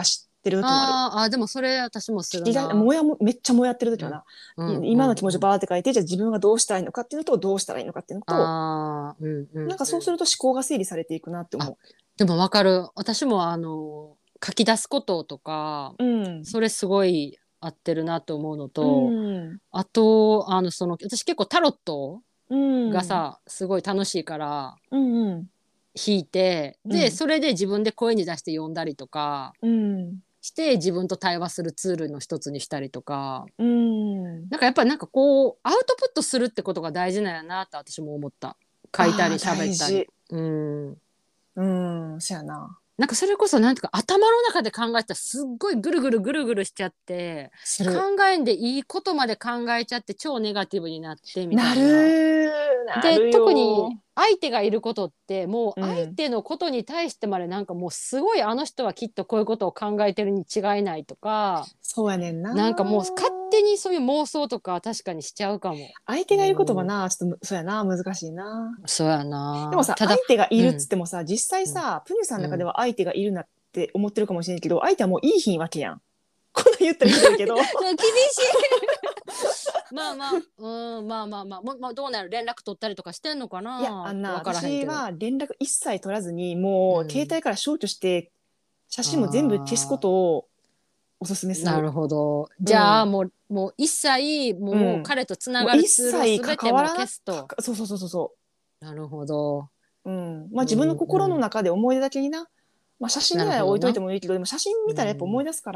S2: ってる時もある。
S1: あーあー、でもそれ私もする
S2: 意外
S1: な。
S2: もやもめっちゃもやってる時はな、
S1: うん
S2: い今の気持ちを
S1: うん
S2: バーって書いて、じゃあ自分がどうしたいのかっていうのとどうしたらいいのかっていうのと、
S1: ああ、うんうんうん。
S2: なんかそうすると思考が整理されていくなって思
S1: でもわかる。私もあの書き出すこととか、
S2: う。うん。
S1: それすごい合ってるなと思うの
S2: う
S1: と、
S2: ん。
S1: あとあのその私結構タロット
S2: うん。
S1: がさ、すごい楽しいから
S2: うんうん。
S1: 引いて、で
S2: うん
S1: それで自分で声に出して読んだりとか
S2: うん。
S1: して自分と対話するツールの一つにしたりとか、
S2: うん。
S1: なんかやっぱりなんかこうアウトプットするってことが大事なんやなって私も思った。書いたり
S2: ああ、
S1: 喋ったり。
S2: 大事。
S1: うん。
S2: うん、そやな。
S1: なんかそれこそなんていうか頭の中で考えたらすっごいぐるぐるぐるぐるしちゃって
S2: する。
S1: 考えんでいいことまで考えちゃって超ネガティブになってみた
S2: な
S1: いな。
S2: る。な
S1: で
S2: る
S1: 特に
S2: よ。
S1: 相手がいることってもう相
S2: うん。
S1: 手のことに対してまでなんかもうすごいあの人はきっとこういうことを考えてるに違いないとか、
S2: そうやねんな。
S1: なんかもう勝手にそういう妄想とか確かにしちゃうかも。
S2: 相手がいることは
S1: うん、
S2: な、ちょっと、そうやな、難しいな。
S1: そうや
S2: でもさ、
S1: なただ。
S2: 相手がいるっつっ
S1: うん
S2: てもさ、実際
S1: うん
S2: さ、プニュさんの中で
S1: うん。
S2: は相手がいるなって思ってるかもしれないけど、相手はもういいひんわけやん。こんなん言ったらひどいけど。
S1: 厳しいまあまあ、うん、まあまあまあ、もまあ、どうなる連絡取ったりとかしてんのか
S2: いや、あんな、
S1: なわからへんけど。
S2: 私は連絡一切取らずに、もう携
S1: うん、
S2: 帯から消去して、写真も全部消すこ
S1: あ
S2: とをおすすめ
S1: あ、
S2: する。
S1: なるほど。じゃあ
S2: うん。
S1: もう、もう一切、もう
S2: うん。
S1: 彼とつな
S2: もう一
S1: がるツールを
S2: 切
S1: すべてもう
S2: 関わらな
S1: 消すと。
S2: か、そうそうそうそうそ
S1: なるほど。
S2: う。うん。まあ自分の
S1: うん
S2: 心の
S1: うん。
S2: 中で思い出だけにな、まあ写真
S1: な
S2: ぐらいは置いといて
S1: るほどな。
S2: もいいけど、でも写真見たらやっぱ
S1: うん。
S2: 思い出すから、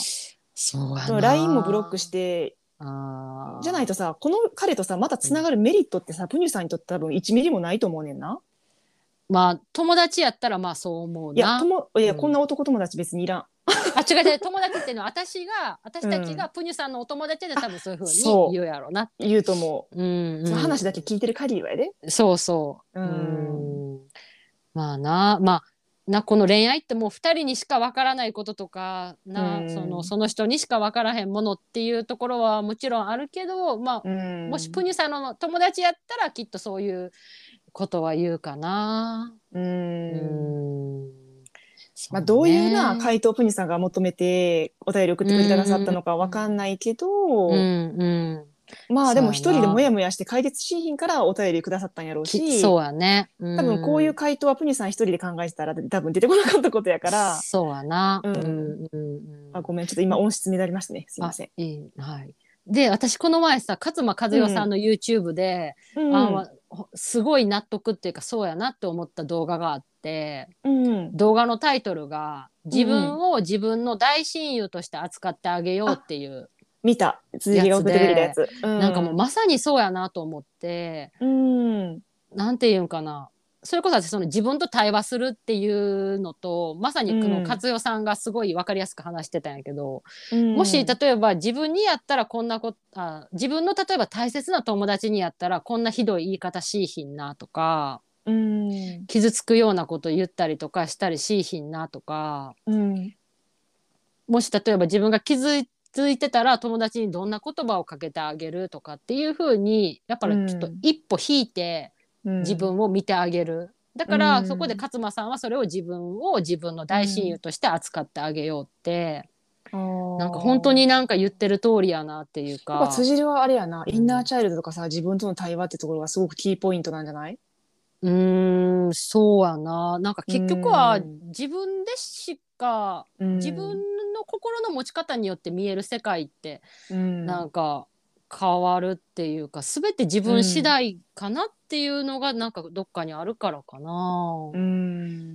S1: そうや
S2: でも ライン もブロックし
S1: な。
S2: て、じゃない
S1: ああ。
S2: とさ、この彼とさ、また
S1: うん、
S2: つながるメリットってさ、プニュさんにとって多分いちミリもないと思うねんな。
S1: まあ、友達やったらまあそう思う
S2: いや、
S1: な。
S2: とも、いや、こん
S1: うん。
S2: な男友達別にいらん。
S1: あ、違う違う、友達っていうのは私が、私たちが
S2: うん。
S1: プニュさんのお友達で
S2: あ、
S1: 多分そういうふうに
S2: そ
S1: 言うやろうなっ
S2: う、
S1: て。
S2: 言うと思う。
S1: うん
S2: その話だけ
S1: うん。
S2: 聞いてる限りはやで。
S1: そうそ
S2: う
S1: う。う
S2: ん。
S1: ん。まあな、まあ、な、この恋愛ってもう二人にしかわからないこととか、
S2: う
S1: な、その、
S2: ん。
S1: その人にしかわからへんものっていうところはもちろんあるけど、まあ、
S2: う
S1: もしプ
S2: ん。
S1: ニュさんの友達やったらきっとそういうことは言うかな。
S2: う
S1: う
S2: ん。
S1: ん。
S2: まあ、
S1: そう
S2: どういうな、
S1: ね。
S2: 回答をプニさんが求めてお便り送っ
S1: う
S2: てくださった
S1: ん。
S2: のかわかんないけど、
S1: うんうん。
S2: まあで
S1: そう
S2: も一人でも
S1: やな。
S2: やもやして解決しひんからお便りくださったんやろう
S1: き、
S2: し、
S1: そうやね。
S2: 多分こういう
S1: うん。
S2: 回答はプニさん一人で考えてたら多分出てこなかったことやから、
S1: そうやな。う
S2: うん。
S1: んうん
S2: あ、ごめん、ちょっと今音質乱れましたね。すいま
S1: あ、
S2: せん。
S1: いい。はい。で、私この前さ、勝間和
S2: うん。
S1: 代さんの YouTube で、
S2: うんうん。
S1: あほすごい納得っていうか、そうやなって思った動画があって、
S2: うんうん。
S1: 動画のタイトルが、自
S2: うんうん。
S1: 分を自分の大親友として扱ってあげよう
S2: あ、
S1: っていう
S2: 見た。辻
S1: や
S2: 木が送ってくれたや
S1: つで、
S2: つ。う
S1: なんかもう
S2: ん。
S1: まさにそうやなと思って、
S2: うん。
S1: なんていうんかな。それこそ私その自分と対話するっていうのとまさ
S2: う
S1: にこの
S2: ん。
S1: 勝代さんがすごい分かりやすく話してたんやけど、
S2: う
S1: もし
S2: ん。
S1: 例えば自分にやったらこんなことあ自分の例えば大切な友達にやったらこんなひどい言い方しいひんなとか、
S2: うん。
S1: 傷つくようなこと言ったりとかしたりしいひんなとか、
S2: うん。
S1: もし例えば自分が傷ついてたら友達にどんな言葉をかけてあげるとかっていう風にやっぱ
S2: う
S1: りちょっと
S2: ん。
S1: 一歩引いて
S2: うん。
S1: 自分を見てあげる。だ
S2: う
S1: からそこで
S2: ん。
S1: 勝間さんはそれを自分を自分の大親友として扱ってあげようって、
S2: あ
S1: なんか本当
S2: あ。
S1: になんか言ってる通りやなっていう
S2: やっぱ
S1: か、
S2: 辻はあれやな、インナー
S1: うん、
S2: チャイルドとかさ、自分との対話ってところがすごくキーポイントなんじゃない？
S1: うーん、そうやな。なんか
S2: う
S1: 結局は
S2: ん。
S1: 自分でしか
S2: う
S1: 自分
S2: ん。
S1: の心の持ち方によって見える世界って
S2: うん。
S1: なんか変わるっていうか全て自分次
S2: うん。
S1: 第かなっていうのがなんかどっかにあるからかな。
S2: うん。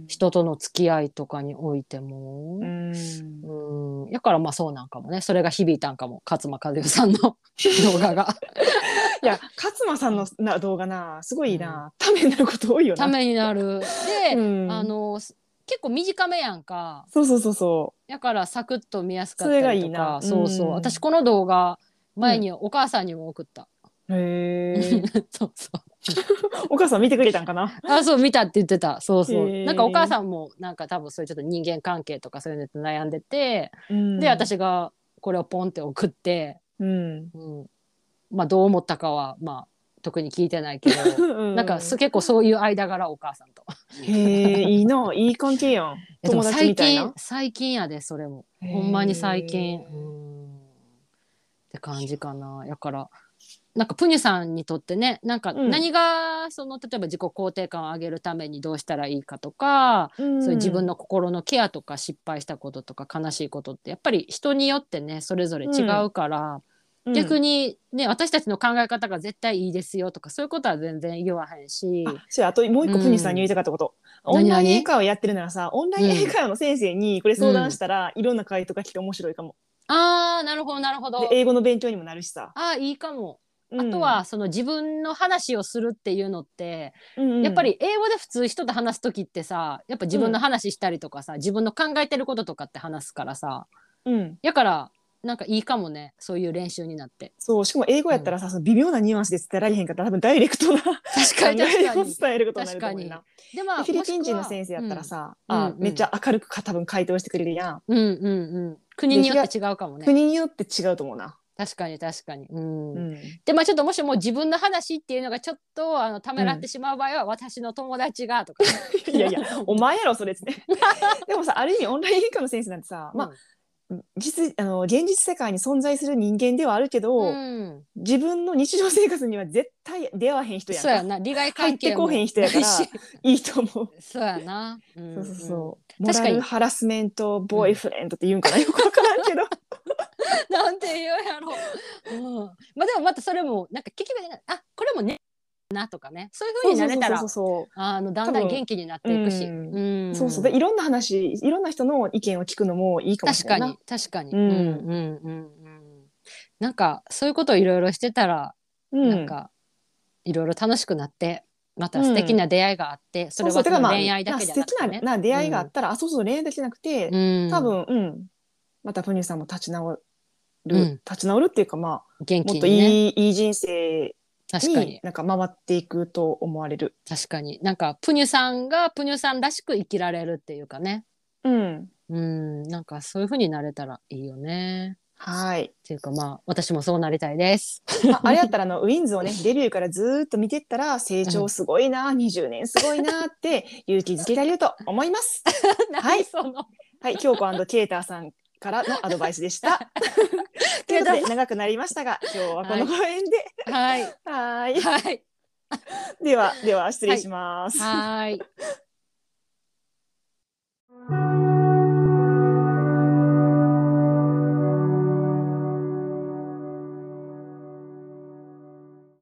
S1: 人との付き合いとかにおいて
S2: う
S1: も。
S2: ん。
S1: うん。だからまあそうなんかもね。それが響いたんかも。勝間和代さんの動画が。
S2: いや、勝間さんの
S1: うん。
S2: な動画な、すご
S1: うん、
S2: いな、ためになること多いよな。
S1: ためになる。
S2: う
S1: で、あ
S2: ん。
S1: の結構短めやんか。
S2: そうそうそうそう。
S1: だからサクッと見やすか
S2: それ
S1: った
S2: がいいな。
S1: りとか、
S2: う
S1: そうそう。私
S2: ん。
S1: この動画前
S2: うん。
S1: にお母さんにも送った。
S2: へえ。
S1: そうそう。
S2: お母さん見てくれたんかな。
S1: あ、そう、見たって言ってた。そう
S2: へ
S1: そう。なんかお母
S2: え。
S1: さんも、なんか多分そういうちょっと人間関係とかそういうので悩んでて、
S2: う
S1: で、
S2: ん。
S1: 私がこれをポンって送って、
S2: うん。
S1: うん、まあどう思ったかは、まあ特に聞いてないけど
S2: うん
S1: なんかす結構そういう間柄お母さんと。
S2: へえ、いいな、いい関係やん。
S1: えでも
S2: 友達
S1: 最
S2: みたいな。
S1: 近最近やでそれも
S2: へー
S1: ほんまに最近うんって感じかな。やからなんかプニュさんにとってねなんか
S2: うん
S1: 何がその例えば自己肯定感を上げるためにどうしたらいいかとか、
S2: うん
S1: そういう自分の心のケアとか失敗したこととか悲しいことってやっぱり人によってねそれぞれ違うから、
S2: うん、
S1: 逆にね私たちの考え方が絶対いいですよとかそういうことは全然言わへんし。
S2: あ、そうや、あともう一個プニュさんに言い
S1: うん
S2: たかったこと。オンライン英
S1: 何々
S2: 会話やってるならさ、オンライン英会話の先生にこれ相談したら、いろんな回答が来て面白いかも。
S1: あーなるほどなるほ
S2: で、
S1: ど。
S2: 英語の勉強にもなるしさ。
S1: あーいいかも。あと
S2: うん。
S1: はその自分の話をするっていうのって
S2: うんうん。
S1: やっぱり英語で普通人と話す時ってさやっぱ自分の話したりとかさ、自分の考えてることとかって話すからさ
S2: うん。
S1: やからなんかいいかもねそういう練習になって。
S2: そう、しかも英語やったらさ、その微妙なニュアンスで伝えられへんかったら多分ダイレクトな考
S1: 確かに確
S2: えを
S1: かに
S2: 伝えることにな
S1: 確かに。
S2: ると思うな。
S1: でま
S2: で、
S1: あもしく
S2: フィリピン人の
S1: は
S2: 先生やったらさ、
S1: うん
S2: あ、
S1: うん
S2: めっちゃ明るくか多分回答してくれるやん。
S1: うんうんうん国
S2: で、
S1: によって
S2: ひが
S1: 違うかもね。
S2: 国によって違うと思うな。
S1: 確かに確かに。うん、
S2: うん。
S1: でまあちょっともしも自分の話っていうのがちょっとあのためらっ
S2: うん
S1: てしまう場合は、私の友達がとかね。
S2: いやいや、お前やろ、それっつって。でもさ、ある意味オンライン英会話の先生なんてさ、まあ、実、あの、現実世界に存在する人間ではあるけ
S1: う
S2: ど、
S1: ん、
S2: 自分の日常生活には絶対出会わへん人やんか。
S1: そうやな利害関係も
S2: 入ってこへん人やから
S1: ないし
S2: いいと思う。
S1: そうやな、うん、
S2: そうそう
S1: うん
S2: そう。モラル
S1: 確かに
S2: ハラスメントボーイフレンドって言うんかな、よくわからんけど。
S1: なんて言うやろ、うん、まあでもまたそれもなんか結局ねあこれもねなとかねそういう風になれたら
S2: そうそうそうそう。
S1: あのだんだん元気になっていくし、
S2: うん
S1: うん、
S2: そうそう。で、いろんな話、いろんな人の意見を聞くのもいいかもしれないな。
S1: 確かに確かに、
S2: う
S1: うんんうんうんうんなんかそういうことをいろいろしてたら、
S2: うん。
S1: なんかいろいろ楽しくなってまた素敵
S2: うん。
S1: な出会いがあって、そ
S2: そうそう。
S1: れはその
S2: だからまあ、
S1: 恋愛だけじ
S2: な素敵
S1: ゃなくてね。
S2: な、な出会いがあ
S1: うん
S2: ったら、あ、そうそう、恋愛だけじゃなくて、多
S1: うん
S2: 分、うん。またプニューさんも立ち直る、
S1: うん
S2: 立ち直るっていうか、まあ、
S1: 元
S2: もっと
S1: 気にね。
S2: いい、いい人生
S1: 確かに
S2: になんか回っていくと思われる。
S1: 確かになんかプニュさんがプニュさんらしく生きられるっていうかね。
S2: うん。
S1: うんなんかそういう風になれたらいいよね。
S2: はい。
S1: っていうかまあ私もそうなりたいです。
S2: まあ、あれやったらあのウィンズをねデビューからずーっと見てったら成長すごいな、にじゅうねんすごいなって勇気づけられると思います。は
S1: 何
S2: い、
S1: その
S2: はい、京子ケーターさんからのアドバイスでした。ということで長くなりましたが今日はこのご縁で、
S1: はい
S2: はーい
S1: はい
S2: ではでは失礼します。
S1: はい。